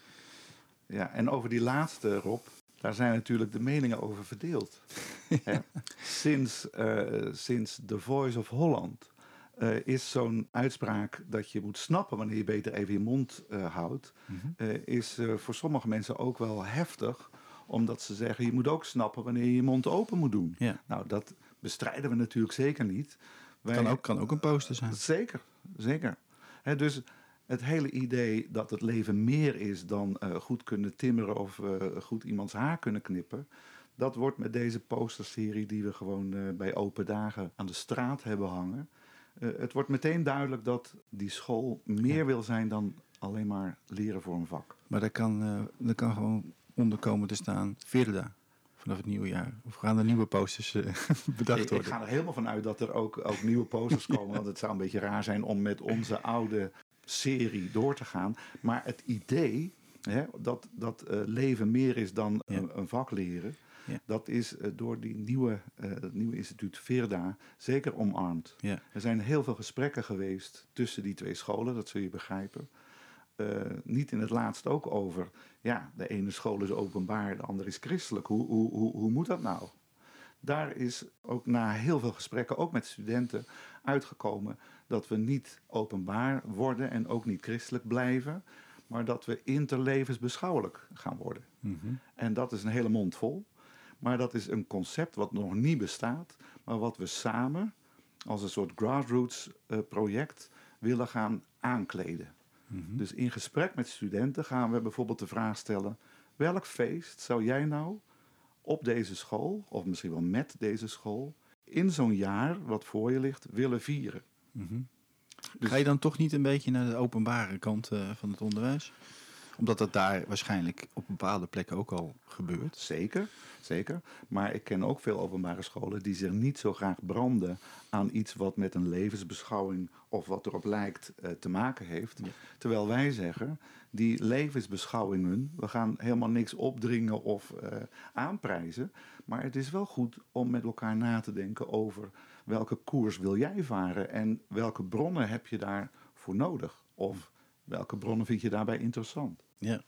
Ja, en over die laatste, Rob, daar zijn natuurlijk de meningen over verdeeld. Ja. Sinds, uh, sinds The Voice of Holland uh, is zo'n uitspraak dat je moet snappen wanneer je beter even je mond uh, houdt, mm-hmm. uh, is uh, voor sommige mensen ook wel heftig, omdat ze zeggen je moet ook snappen wanneer je je mond open moet doen. Ja. Nou, dat bestrijden we natuurlijk zeker niet. Wij, kan, ook, kan ook een poster zijn. Zeker, zeker. He, dus het hele idee dat het leven meer is dan uh, goed kunnen timmeren of uh, goed iemands haar kunnen knippen, dat wordt met deze posterserie die we gewoon uh, bij open dagen aan de straat hebben hangen. Uh, het wordt meteen duidelijk dat die school meer ja. wil zijn dan alleen maar leren voor een vak. Maar daar kan, uh, daar kan gewoon onder komen te staan Virda vanaf het nieuwe jaar. Of gaan er nieuwe posters uh, bedacht worden? Ik, ik ga er helemaal van uit dat er ook, ook nieuwe posters komen. Want het zou een beetje raar zijn om met onze oude serie door te gaan. Maar het idee hè, dat, dat uh, leven meer is dan ja. een, een vak leren, ja. dat is uh, door die nieuwe, uh, het nieuwe instituut Virda zeker omarmd. Ja. Er zijn heel veel gesprekken geweest tussen die twee scholen, dat zul je begrijpen. Uh, niet in het laatst ook over, ja, de ene school is openbaar, de andere is christelijk. Hoe, hoe, hoe, hoe moet dat nou? Daar is ook na heel veel gesprekken, ook met studenten, uitgekomen dat we niet openbaar worden en ook niet christelijk blijven, maar dat we interlevensbeschouwelijk gaan worden. Mm-hmm. En dat is een hele mond vol. Maar dat is een concept wat nog niet bestaat, maar wat we samen als een soort grassroots uh, project willen gaan aankleden. Mm-hmm. Dus in gesprek met studenten gaan we bijvoorbeeld de vraag stellen, welk feest zou jij nou op deze school, of misschien wel met deze school, in zo'n jaar wat voor je ligt, willen vieren? Mm-hmm. Dus, ga je dan toch niet een beetje naar de openbare kant uh, van het onderwijs? Omdat dat daar waarschijnlijk op bepaalde plekken ook al gebeurt. Zeker, zeker. Maar ik ken ook veel openbare scholen die zich niet zo graag branden aan iets wat met een levensbeschouwing of wat erop lijkt uh, te maken heeft. Ja. Terwijl wij zeggen, die levensbeschouwingen, we gaan helemaal niks opdringen of uh, aanprijzen. Maar het is wel goed om met elkaar na te denken over welke koers wil jij varen en welke bronnen heb je daarvoor nodig. Of welke bronnen vind je daarbij interessant? Ja.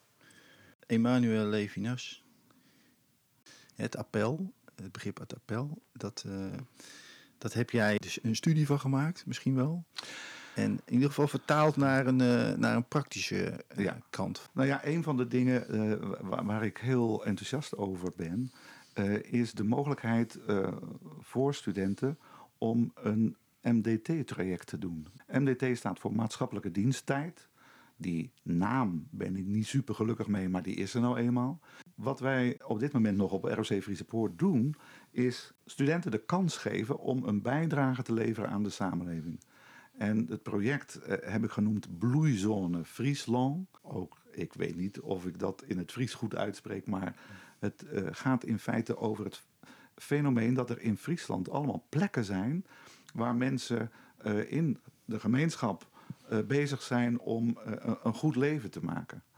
Emmanuel Levinas. Het appel, het begrip het appel, dat, uh, dat heb jij dus een studie van gemaakt, misschien wel. En in ieder geval vertaald naar een, uh, naar een praktische uh, ja. kant. Nou ja, een van de dingen uh, waar, waar ik heel enthousiast over ben, uh, is de mogelijkheid uh, voor studenten om een M D T-traject te doen. M D T staat voor maatschappelijke diensttijd. Die naam ben ik niet super gelukkig mee, maar die is er nou eenmaal. Wat wij op dit moment nog op R O C Friese Poort doen, is studenten de kans geven om een bijdrage te leveren aan de samenleving. En het project eh, heb ik genoemd Bloeizone Friesland. Ook, ik weet niet of ik dat in het Fries goed uitspreek, maar het uh, gaat in feite over het fenomeen dat er in Friesland allemaal plekken zijn waar mensen uh, in de gemeenschap Uh, bezig zijn om uh, een goed leven te maken.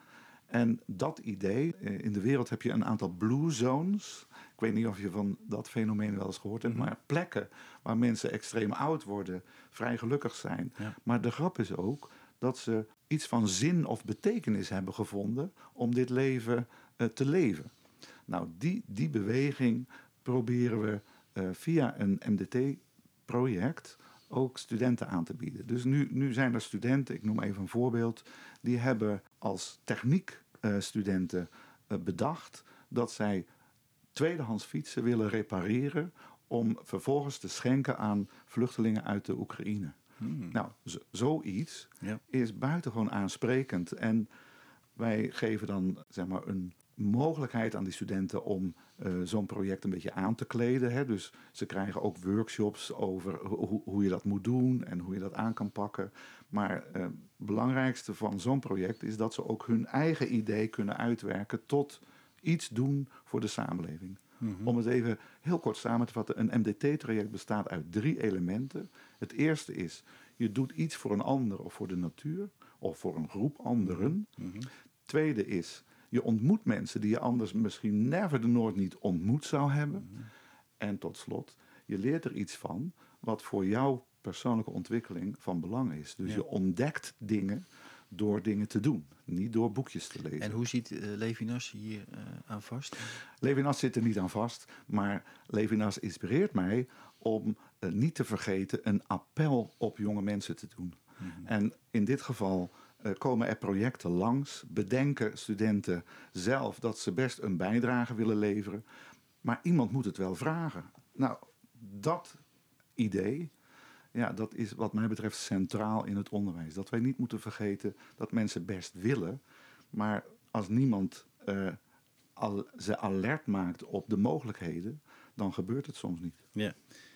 En dat idee, in de wereld heb je een aantal blue zones. Ik weet niet of je van dat fenomeen wel eens gehoord hebt, maar plekken waar mensen extreem oud worden, vrij gelukkig zijn. Ja. Maar de grap is ook dat ze iets van zin of betekenis hebben gevonden om dit leven uh, te leven. Nou, die, die beweging proberen we uh, via een M D T-project ook studenten aan te bieden. Dus nu, nu zijn er studenten, ik noem even een voorbeeld, die hebben als techniekstudenten uh, uh, bedacht dat zij tweedehands fietsen willen repareren om vervolgens te schenken aan vluchtelingen uit de Oekraïne. Hmm. Nou, z- zoiets ja. is buitengewoon aansprekend. En wij geven dan zeg maar een mogelijkheid aan die studenten om uh, zo'n project een beetje aan te kleden. Hè. Dus ze krijgen ook workshops over ho- hoe je dat moet doen en hoe je dat aan kan pakken. Maar uh, het belangrijkste van zo'n project is dat ze ook hun eigen idee kunnen uitwerken tot iets doen voor de samenleving. Mm-hmm. Om het even heel kort samen te vatten. Een M D T-traject bestaat uit drie elementen. Het eerste is, je doet iets voor een ander of voor de natuur. Of voor een groep anderen. Mm-hmm. Tweede is, je ontmoet mensen die je anders misschien never de Noord niet ontmoet zou hebben. Mm-hmm. En tot slot, je leert er iets van wat voor jouw persoonlijke ontwikkeling van belang is. Dus ja. je ontdekt dingen door dingen te doen, niet door boekjes te lezen. En hoe ziet uh, Levinas hier uh, aan vast? Levinas zit er niet aan vast, maar Levinas inspireert mij om uh, niet te vergeten een appel op jonge mensen te doen. Mm-hmm. En in dit geval uh, komen er projecten langs, bedenken studenten zelf dat ze best een bijdrage willen leveren, maar iemand moet het wel vragen. Nou, dat idee, ja, dat is wat mij betreft centraal in het onderwijs. Dat wij niet moeten vergeten dat mensen best willen, maar als niemand uh, al, ze alert maakt op de mogelijkheden, dan gebeurt het soms niet. Ja.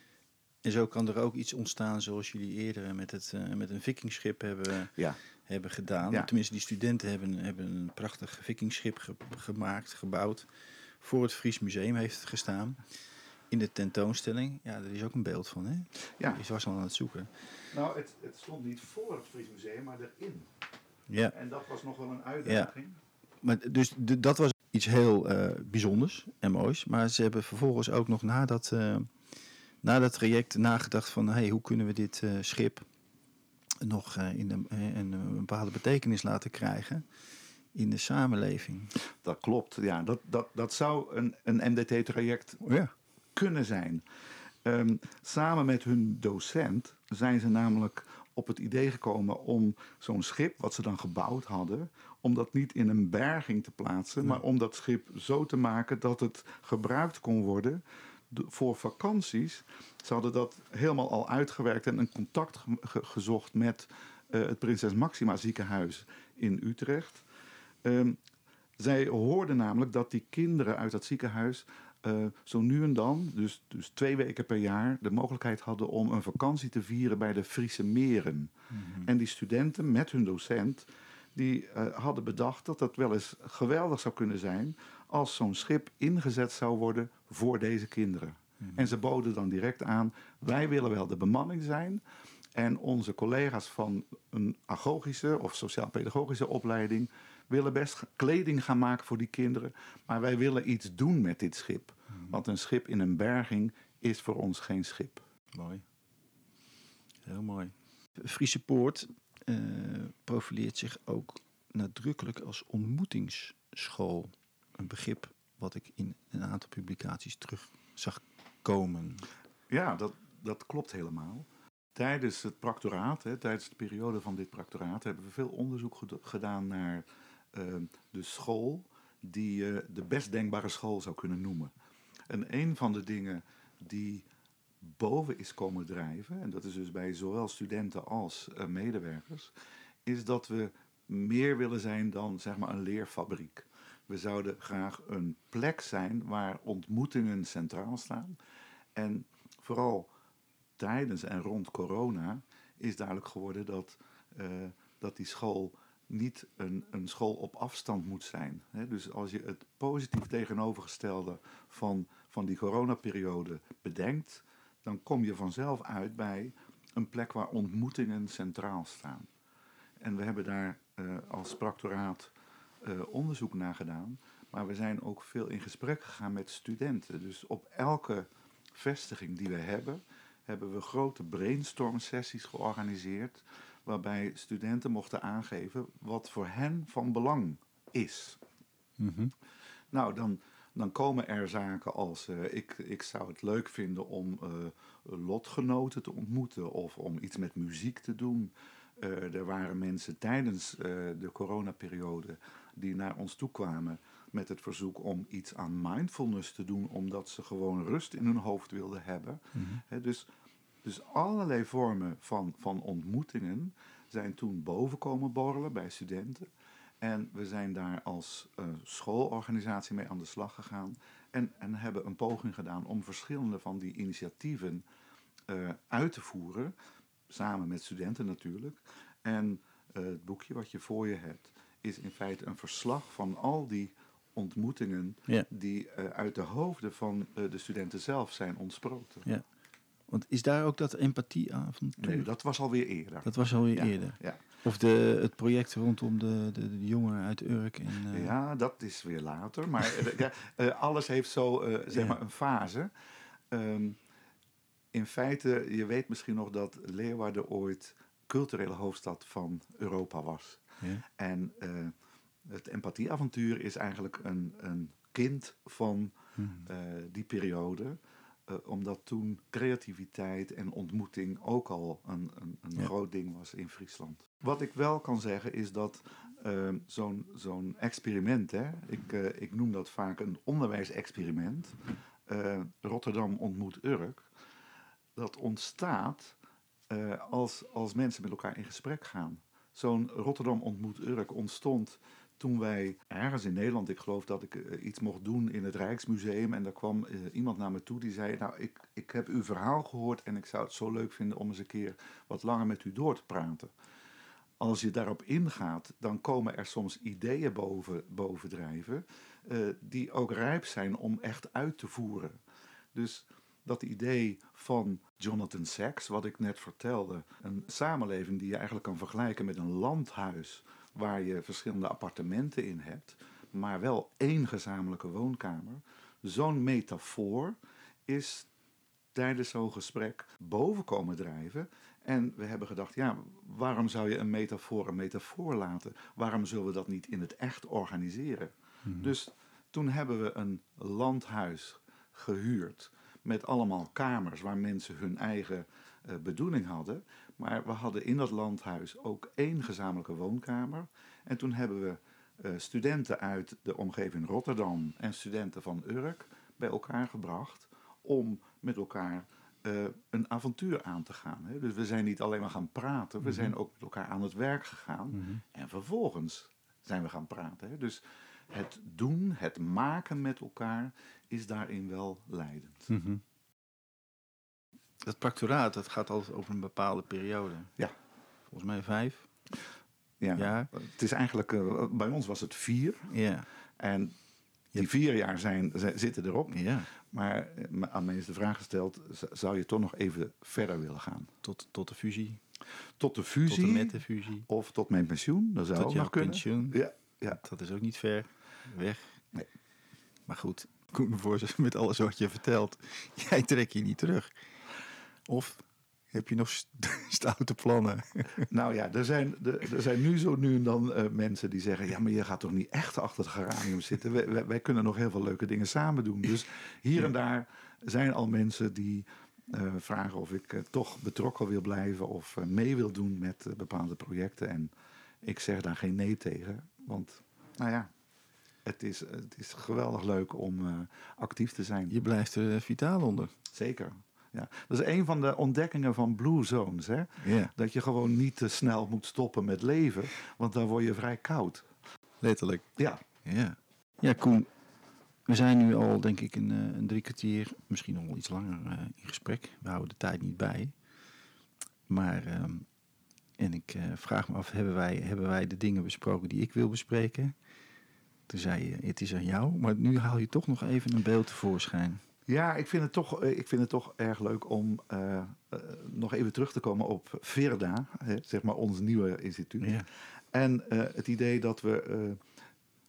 En zo kan er ook iets ontstaan zoals jullie eerder met, het, uh, met een vikingschip hebben, ja. hebben gedaan. Ja. Tenminste, die studenten hebben, hebben een prachtig vikingschip ge- gemaakt, gebouwd. Voor het Fries Museum heeft het gestaan. In de tentoonstelling, ja, er is ook een beeld van, hè? Ja. Je was al aan het zoeken. Nou, het, het stond niet voor het Fries Museum, maar erin. Ja. En dat was nog wel een uitdaging. Ja. Maar dus de, dat was iets heel uh, bijzonders en moois. Maar ze hebben vervolgens ook nog na dat, uh, na dat traject nagedacht van, hey, hoe kunnen we dit uh, schip nog uh, in een, uh, een, een bepaalde betekenis laten krijgen in de samenleving. Dat klopt, ja. Dat, dat, dat zou een, een M D T-traject oh ja. kunnen zijn. Um, samen met hun docent zijn ze namelijk op het idee gekomen om zo'n schip, wat ze dan gebouwd hadden, om dat niet in een berging te plaatsen, nee. maar om dat schip zo te maken dat het gebruikt kon worden voor vakanties. Ze hadden dat helemaal al uitgewerkt en een contact ge- ge- gezocht met uh, het Prinses Maxima ziekenhuis in Utrecht. Um, zij hoorden namelijk dat die kinderen uit dat ziekenhuis uh, zo nu en dan, dus, dus twee weken per jaar, de mogelijkheid hadden om een vakantie te vieren bij de Friese meren. Mm-hmm. En die studenten met hun docent, die uh, hadden bedacht dat dat wel eens geweldig zou kunnen zijn als zo'n schip ingezet zou worden voor deze kinderen. Mm-hmm. En ze boden dan direct aan, wij willen wel de bemanning zijn. En onze collega's van een agogische of sociaal-pedagogische opleiding willen best kleding gaan maken voor die kinderen. Maar wij willen iets doen met dit schip. Mm-hmm. Want een schip in een berging is voor ons geen schip. Mooi. Heel mooi. Friese Poort uh, profileert zich ook nadrukkelijk als ontmoetingsschool. Een begrip wat ik in een aantal publicaties terug zag komen. Ja, dat, dat klopt helemaal. Tijdens het practoraat, hè, tijdens de periode van dit practoraat, hebben we veel onderzoek ged- gedaan naar uh, de school die je uh, de best denkbare school zou kunnen noemen. En een van de dingen die boven is komen drijven, en dat is dus bij zowel studenten als uh, medewerkers, is dat we meer willen zijn dan zeg maar een leerfabriek. We zouden graag een plek zijn waar ontmoetingen centraal staan. En vooral tijdens en rond corona is duidelijk geworden dat, uh, dat die school niet een, een school op afstand moet zijn. He, dus als je het positief tegenovergestelde van, van die coronaperiode bedenkt, dan kom je vanzelf uit bij een plek waar ontmoetingen centraal staan. En we hebben daar uh, als practoraat uh, onderzoek naar gedaan. Maar we zijn ook veel in gesprek gegaan met studenten. Dus op elke vestiging die we hebben, hebben we grote brainstorm sessies georganiseerd, waarbij studenten mochten aangeven wat voor hen van belang is. Mm-hmm. Nou, dan, dan komen er zaken als uh, ik, ik zou het leuk vinden om uh, lotgenoten te ontmoeten of om iets met muziek te doen. Uh, er waren mensen tijdens uh, de coronaperiode die naar ons toe kwamen met het verzoek om iets aan mindfulness te doen, omdat ze gewoon rust in hun hoofd wilden hebben. Mm-hmm. He, dus, dus allerlei vormen van, van ontmoetingen zijn toen boven komen borrelen bij studenten. En we zijn daar als uh, schoolorganisatie mee aan de slag gegaan en, en hebben een poging gedaan om verschillende van die initiatieven uh, uit te voeren, samen met studenten natuurlijk. En uh, het boekje wat je voor je hebt is in feite een verslag van al die ontmoetingen ja. die uh, uit de hoofden van uh, de studenten zelf zijn ontsproten. Ja. Want is daar ook dat empathieavond? Nee, dat was alweer eerder. Dat was alweer ja, eerder. Ja. Of de, het project rondom de, de, de jongen uit Urk. En, uh... Ja, dat is weer later. Maar uh, uh, alles heeft zo uh, zeg ja. maar een fase. Um, in feite, je weet misschien nog dat Leeuwarden ooit culturele hoofdstad van Europa was. Ja. En uh, het empathieavontuur is eigenlijk een, een kind van hmm. uh, die periode. Uh, omdat toen creativiteit en ontmoeting ook al een, een, een ja. groot ding was in Friesland. Wat ik wel kan zeggen is dat uh, zo'n, zo'n experiment, hè, ik, uh, ik noem dat vaak een onderwijsexperiment, uh, Rotterdam ontmoet Urk, dat ontstaat uh, als, als mensen met elkaar in gesprek gaan. Zo'n Rotterdam ontmoet Urk ontstond toen wij ergens in Nederland, ik geloof dat ik uh, iets mocht doen in het Rijksmuseum. En daar kwam uh, iemand naar me toe die zei, nou ik, ik heb uw verhaal gehoord en ik zou het zo leuk vinden om eens een keer wat langer met u door te praten. Als je daarop ingaat, dan komen er soms ideeën boven, bovendrijven uh, die ook rijp zijn om echt uit te voeren. Dus dat idee van Jonathan Sacks, wat ik net vertelde, een samenleving die je eigenlijk kan vergelijken met een landhuis, waar je verschillende appartementen in hebt, maar wel één gezamenlijke woonkamer. Zo'n metafoor is tijdens zo'n gesprek boven komen drijven. En we hebben gedacht, ja, waarom zou je een metafoor een metafoor laten? Waarom zullen we dat niet in het echt organiseren? Hmm. Dus toen hebben we een landhuis gehuurd met allemaal kamers waar mensen hun eigen uh, bedoeling hadden. Maar we hadden in dat landhuis ook één gezamenlijke woonkamer. En toen hebben we uh, studenten uit de omgeving Rotterdam en studenten van Urk bij elkaar gebracht om met elkaar uh, een avontuur aan te gaan. Hè. Dus we zijn niet alleen maar gaan praten, we mm-hmm. zijn ook met elkaar aan het werk gegaan. Mm-hmm. En vervolgens zijn we gaan praten. Hè. Dus het doen, het maken met elkaar is daarin wel leidend. Mm-hmm. Dat practoraat, dat gaat altijd over een bepaalde periode. Ja. Volgens mij vijf ja, jaar. Het is eigenlijk, uh, bij ons was het vier. Ja. En die vier jaar zijn, zijn, zitten erop. Ja. Maar aan mij is de vraag gesteld, zou je toch nog even verder willen gaan? Tot, tot de fusie? Tot de fusie. Tot en met de fusie. Of tot mijn pensioen, dat zou tot ook nog kunnen. pensioen. Ja, ja. Dat is ook niet ver weg. Nee. Maar goed, Koen Voors, met alles wat je vertelt, jij trekt je niet terug. Of heb je nog stoute plannen? Nou ja, er zijn, er, er zijn nu zo nu en dan uh, mensen die zeggen, ja, maar je gaat toch niet echt achter het geranium zitten? Wij, wij, wij kunnen nog heel veel leuke dingen samen doen. Dus hier en daar zijn al mensen die uh, vragen of ik uh, toch betrokken wil blijven of uh, mee wil doen met uh, bepaalde projecten. En ik zeg daar geen nee tegen, want nou ja, het is, het is geweldig leuk om uh, actief te zijn. Je blijft er vitaal onder. Zeker. Ja, dat is een van de ontdekkingen van Blue Zones. Hè? Yeah. Dat je gewoon niet te snel moet stoppen met leven, want dan word je vrij koud. Letterlijk. Ja. Ja, ja Koen, we zijn nu al denk ik een, een drie kwartier, misschien nog wel iets langer uh, in gesprek. We houden de tijd niet bij. Maar, um, en ik uh, vraag me af, hebben wij, hebben wij de dingen besproken die ik wil bespreken? Toen zei je, het is aan jou, maar nu haal je toch nog even een beeld tevoorschijn. Ja, ik vind het toch, ik vind het toch erg leuk om uh, uh, nog even terug te komen op Verda, hè, zeg maar ons nieuwe instituut. Ja. En uh, het idee dat we uh,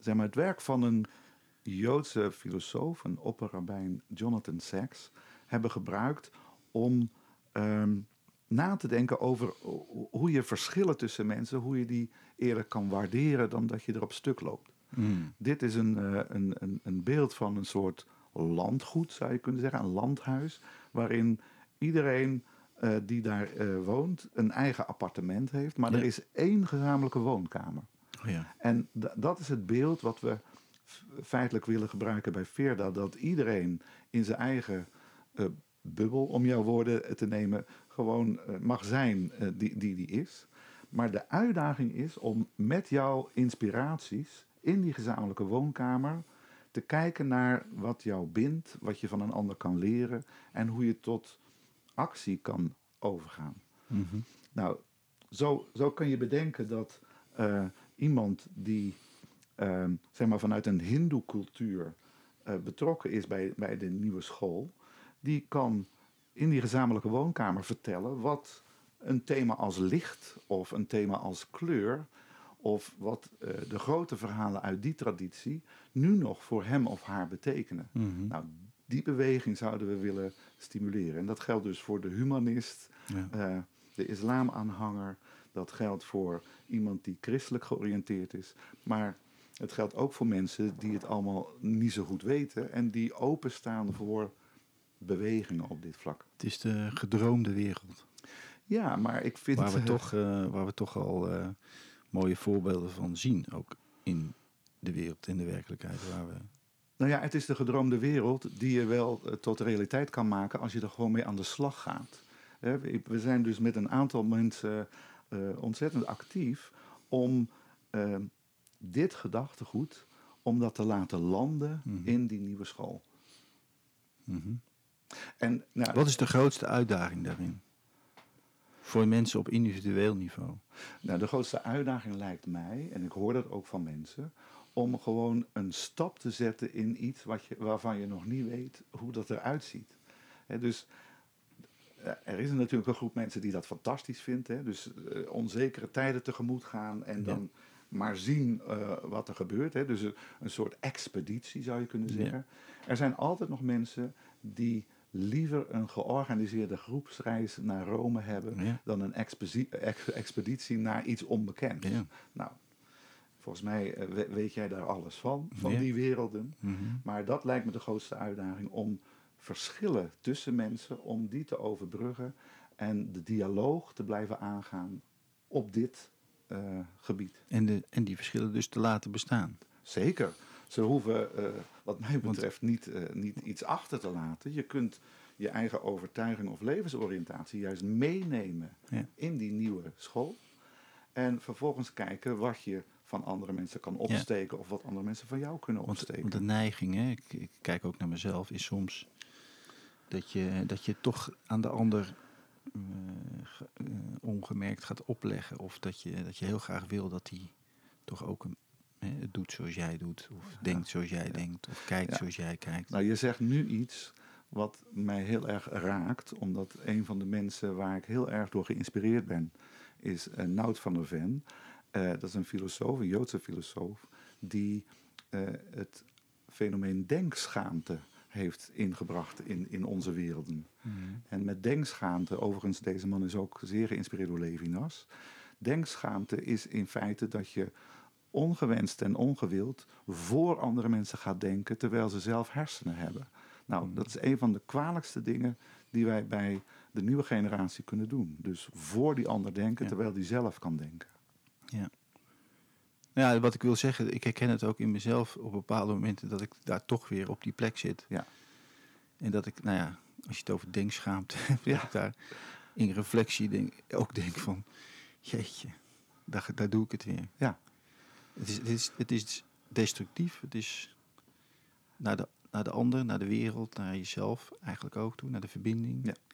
zeg maar, het werk van een Joodse filosoof, een opperrabijn Jonathan Sacks, hebben gebruikt om um, na te denken over hoe je verschillen tussen mensen, hoe je die eerder kan waarderen dan dat je er op stuk loopt. Mm. Dit is een, uh, een, een, een beeld van een soort landgoed, zou je kunnen zeggen, een landhuis, waarin iedereen uh, die daar uh, woont een eigen appartement heeft, maar ja. er is één gezamenlijke woonkamer. Oh ja. En d- dat is het beeld wat we f- feitelijk willen gebruiken bij Veerda, dat iedereen in zijn eigen uh, bubbel, om jouw woorden te nemen, gewoon uh, mag zijn uh, die, die die is. Maar de uitdaging is om met jouw inspiraties in die gezamenlijke woonkamer te kijken naar wat jou bindt, wat je van een ander kan leren en hoe je tot actie kan overgaan. Mm-hmm. Nou, zo, zo kun je bedenken dat uh, iemand die uh, zeg maar vanuit een hindoe-cultuur uh, betrokken is bij, bij de nieuwe school, die kan in die gezamenlijke woonkamer vertellen wat een thema als licht of een thema als kleur of wat uh, de grote verhalen uit die traditie nu nog voor hem of haar betekenen. Mm-hmm. Nou, die beweging zouden we willen stimuleren. En dat geldt dus voor de humanist, Ja. uh, de islamaanhanger. Dat geldt voor iemand die christelijk georiënteerd is. Maar het geldt ook voor mensen die het allemaal niet zo goed weten en die openstaan voor bewegingen op dit vlak. Het is de gedroomde wereld. Ja, maar ik vind... Waar we, uh, toch, uh, waar we toch al uh, mooie voorbeelden van zien. Ook in de wereld, in de werkelijkheid. Waar we... Nou ja, het is de gedroomde wereld die je wel uh, tot realiteit kan maken als je er gewoon mee aan de slag gaat. He, we zijn dus met een aantal mensen uh, ontzettend actief om uh, dit gedachtegoed, om dat te laten landen mm-hmm. in die nieuwe school. Mm-hmm. En, nou, wat is de grootste uitdaging daarin? Voor mensen op individueel niveau? Nou, de grootste uitdaging lijkt mij, en ik hoor dat ook van mensen, om gewoon een stap te zetten in iets wat je, waarvan je nog niet weet hoe dat eruit ziet. He, dus er is natuurlijk een groep mensen die dat fantastisch vindt. Hè? Dus uh, onzekere tijden tegemoet gaan en dan ja. maar zien uh, wat er gebeurt. Hè? Dus een, een soort expeditie zou je kunnen zeggen. Ja. Er zijn altijd nog mensen die liever een georganiseerde groepsreis naar Rome hebben ja. dan een expedi- ex- expeditie naar iets onbekends. Ja. Nou, volgens mij uh, weet jij daar alles van, van ja. die werelden. Mm-hmm. Maar dat lijkt me de grootste uitdaging om verschillen tussen mensen, om die te overbruggen en de dialoog te blijven aangaan op dit uh, gebied. En, de, en die verschillen dus te laten bestaan. Zeker. Ze hoeven, uh, wat mij betreft, niet, uh, niet iets achter te laten. Je kunt je eigen overtuiging of levensoriëntatie juist meenemen ja. in die nieuwe school. En vervolgens kijken wat je van andere mensen kan opsteken ja. of wat andere mensen van jou kunnen opsteken. Want de neiging, hè, ik, ik kijk ook naar mezelf, is soms dat je, dat je toch aan de ander uh, uh, ongemerkt gaat opleggen. Of dat je, dat je heel graag wil dat hij toch ook een, hè, het doet zoals jij doet. Of ja. denkt zoals jij ja. denkt. Of kijkt ja. zoals jij kijkt. Nou, je zegt nu iets wat mij heel erg raakt. Omdat een van de mensen waar ik heel erg door geïnspireerd ben, is uh, Nout van der Ven. Uh, dat is een filosoof, een Joodse filosoof, die uh, het fenomeen denkschaamte heeft ingebracht in, in onze werelden. Mm. En met denkschaamte, overigens deze man is ook zeer geïnspireerd door Levinas. Denkschaamte is in feite dat je ongewenst en ongewild voor andere mensen gaat denken terwijl ze zelf hersenen hebben. Nou, mm. dat is een van de kwalijkste dingen die wij bij de nieuwe generatie kunnen doen. Dus voor die ander denken, ja. terwijl die zelf kan denken. Ja. Ja, wat ik wil zeggen, ik herken het ook in mezelf op bepaalde momenten dat ik daar toch weer op die plek zit. Ja. En dat ik, nou ja, als je het over denkschaamte hebt, ja. dat ik daar in reflectie denk, ook denk van, jeetje, daar, daar doe ik het weer. Ja. Het is, het is, het is destructief, het is naar de, naar de ander, naar de wereld, naar jezelf eigenlijk ook toe, naar de verbinding. Ja.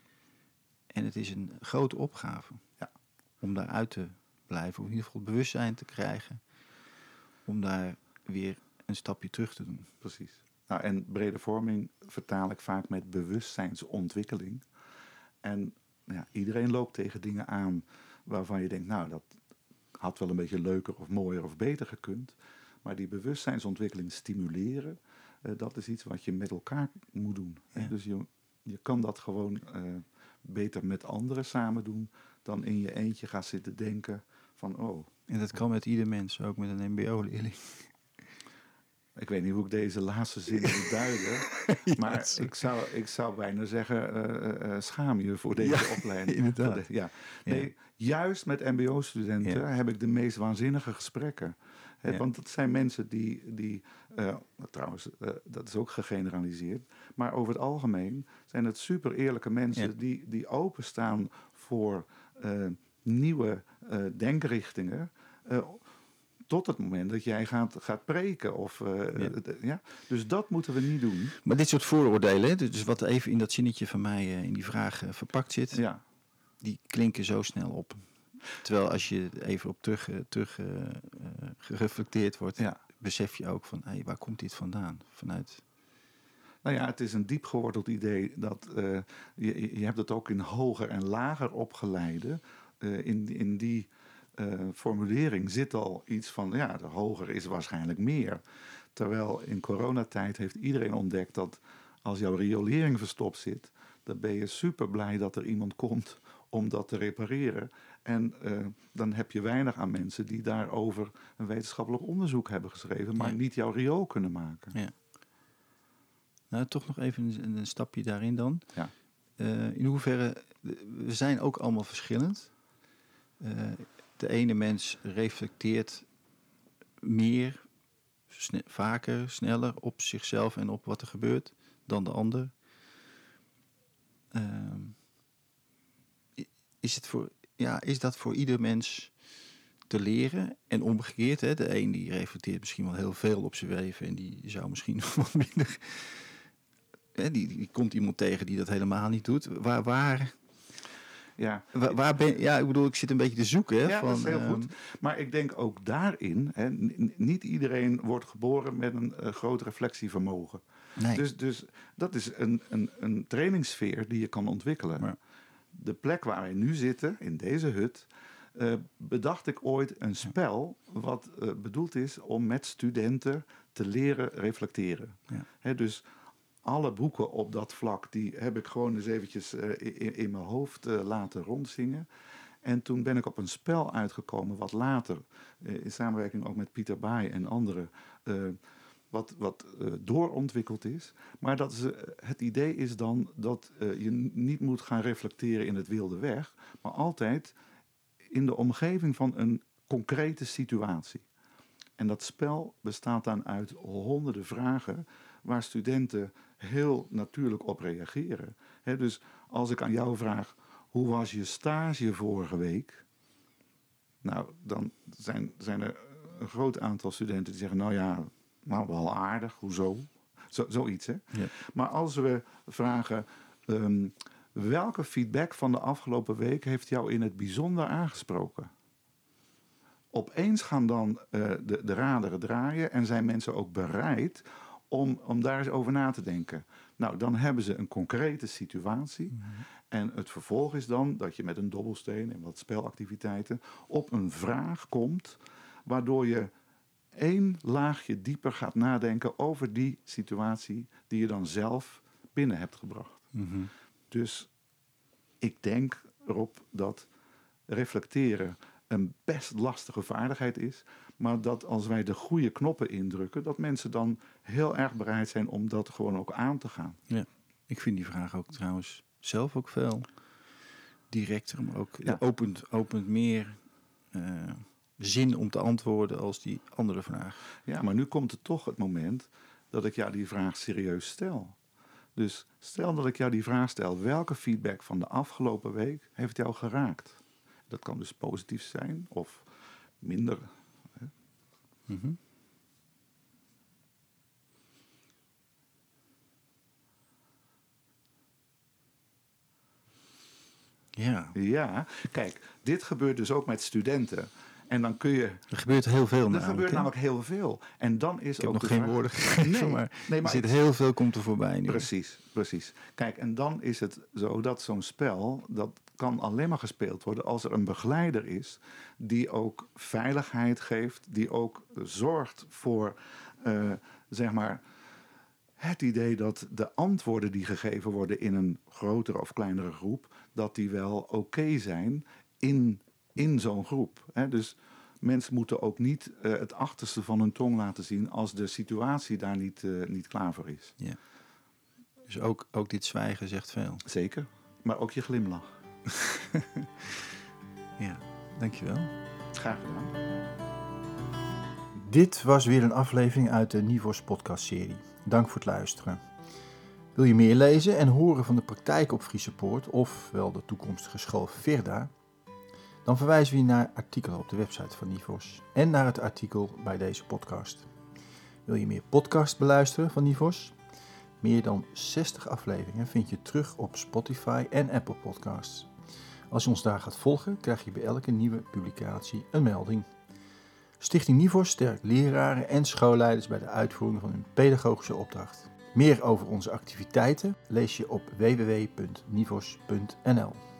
En het is een grote opgave ja. om daaruit te blijven, om in ieder geval bewustzijn te krijgen, om daar weer een stapje terug te doen. Precies. Nou, en brede vorming vertaal ik vaak met bewustzijnsontwikkeling. En ja, iedereen loopt tegen dingen aan waarvan je denkt, nou, dat had wel een beetje leuker of mooier of beter gekund. Maar die bewustzijnsontwikkeling stimuleren, uh, dat is iets wat je met elkaar moet doen. Ja. Dus je, je kan dat gewoon uh, beter met anderen samen doen dan in je eentje gaan zitten denken van oh. En dat kan met ieder mens, ook met een M B O-leerling. Ik weet niet hoe ik deze laatste zin moet duiden. ja, maar zo. ik zou, ik zou bijna zeggen, uh, uh, schaam je voor deze ja, opleiding. Inderdaad. De, ja. Nee, ja. Juist met M B O-studenten ja. heb ik de meest waanzinnige gesprekken. He, ja. Want het zijn mensen die, die uh, trouwens, uh, dat is ook gegeneraliseerd. Maar over het algemeen zijn het super eerlijke mensen ja. die, die openstaan voor uh, nieuwe uh, denkrichtingen. Uh, Tot het moment dat jij gaat, gaat preken. Of, uh, ja. Uh, ja. Dus dat moeten we niet doen. Maar dit soort vooroordelen, dus wat even in dat zinnetje van mij uh, in die vraag uh, verpakt zit, ja. die klinken zo snel op. Terwijl als je even op terug, uh, terug uh, uh, gereflecteerd wordt, ja. besef je ook van, hey, waar komt dit vandaan? Vanuit... Nou ja, het is een diep geworteld idee dat uh, je, je hebt het ook in hoger en lager opgeleide. Uh, in, in die uh, formulering zit al iets van, ja, de hoger is waarschijnlijk meer. Terwijl in coronatijd heeft iedereen ontdekt dat als jouw riolering verstopt zit, dan ben je super blij dat er iemand komt om dat te repareren. En uh, dan heb je weinig aan mensen die daarover een wetenschappelijk onderzoek hebben geschreven, maar ja. niet jouw riool kunnen maken. Ja. Nou, toch nog even een, een stapje daarin dan. Ja. Uh, in hoeverre, we zijn ook allemaal verschillend. Uh, de ene mens reflecteert meer, sne- vaker, sneller op zichzelf en op wat er gebeurt dan de ander. Uh, is, het voor, ja, is dat voor ieder mens te leren? En omgekeerd, hè, de een die reflecteert misschien wel heel veel op zijn leven en die zou misschien wat minder... Hè, die, die komt iemand tegen die dat helemaal niet doet. Waar... waar Ja, waar, waar ben, ja, ik bedoel, ik zit een beetje te zoeken. Hè, ja, van, dat is heel um, goed. Maar ik denk ook daarin, hè, n- niet iedereen wordt geboren met een uh, groot reflectievermogen. Nee. Dus, dus dat is een, een, een trainingssfeer die je kan ontwikkelen. Ja. De plek waar wij nu zitten, in deze hut, uh, bedacht ik ooit een spel wat uh, bedoeld is om met studenten te leren reflecteren. Ja. Hè, dus alle boeken op dat vlak, die heb ik gewoon eens eventjes uh, in, in mijn hoofd uh, laten rondzingen. En toen ben ik op een spel uitgekomen wat later, uh, in samenwerking ook met Pieter Baai en anderen, uh, wat, wat uh, doorontwikkeld is. Maar dat is, uh, het idee is dan dat uh, je niet moet gaan reflecteren in het wilde weg, maar altijd in de omgeving van een concrete situatie. En dat spel bestaat dan uit honderden vragen waar studenten heel natuurlijk op reageren. He, dus als ik aan jou vraag, hoe was je stage vorige week? Nou, dan zijn, zijn er een groot aantal studenten die zeggen, nou ja, nou wel aardig, hoezo? Zo, zoiets, hè? Ja. Maar als we vragen, um, welke feedback van de afgelopen week heeft jou in het bijzonder aangesproken? Opeens gaan dan uh, de, de raderen draaien en zijn mensen ook bereid om, om daar eens over na te denken. Nou, dan hebben ze een concrete situatie. Mm-hmm. En het vervolg is dan dat je met een dobbelsteen en wat spelactiviteiten op een vraag komt, waardoor je één laagje dieper gaat nadenken over die situatie die je dan zelf binnen hebt gebracht. Mm-hmm. Dus ik denk erop dat reflecteren een best lastige vaardigheid is, maar dat als wij de goede knoppen indrukken, dat mensen dan heel erg bereid zijn om dat gewoon ook aan te gaan. Ja, ik vind die vraag ook trouwens zelf ook veel directer, maar ook ja. opent, opent meer uh, zin om te antwoorden als die andere vraag. Ja, maar nu komt er toch het moment dat ik jou die vraag serieus stel. Dus stel dat ik jou die vraag stel, welke feedback van de afgelopen week heeft jou geraakt? Dat kan dus positief zijn of minder. Hè? Mm-hmm. Ja. Ja, kijk, dit gebeurt dus ook met studenten. En dan kun je... Er gebeurt heel veel Er namelijk. gebeurt hè? namelijk heel veel. En dan is Ik heb ook nog de geen vraag... woorden gegeven, nee, maar, nee, maar er zit heel veel komt er voorbij nu. Precies, precies. Kijk, en dan is het zo dat zo'n spel, dat kan alleen maar gespeeld worden als er een begeleider is die ook veiligheid geeft, die ook zorgt voor, uh, zeg maar, het idee dat de antwoorden die gegeven worden in een grotere of kleinere groep, dat die wel oké okay zijn in, in zo'n groep. Hè? Dus mensen moeten ook niet uh, het achterste van hun tong laten zien als de situatie daar niet, uh, niet klaar voor is. Ja. Dus ook, ook dit zwijgen zegt veel. Zeker, maar ook je glimlach. Ja, dankjewel. Graag gedaan. Dit was weer een aflevering uit de Nivos podcastserie. Dank voor het luisteren. Wil je meer lezen en horen van de praktijk op Friese Poort of wel de toekomstige school Virda? Dan verwijzen we je naar artikelen op de website van Nivos en naar het artikel bij deze podcast. Wil je meer podcast beluisteren van Nivos? Meer dan zestig afleveringen vind je terug op Spotify en Apple Podcasts. Als je ons daar gaat volgen, krijg je bij elke nieuwe publicatie een melding. Stichting Nivos sterkt leraren en schoolleiders bij de uitvoering van hun pedagogische opdracht. Meer over onze activiteiten lees je op w w w punt nivos punt n l.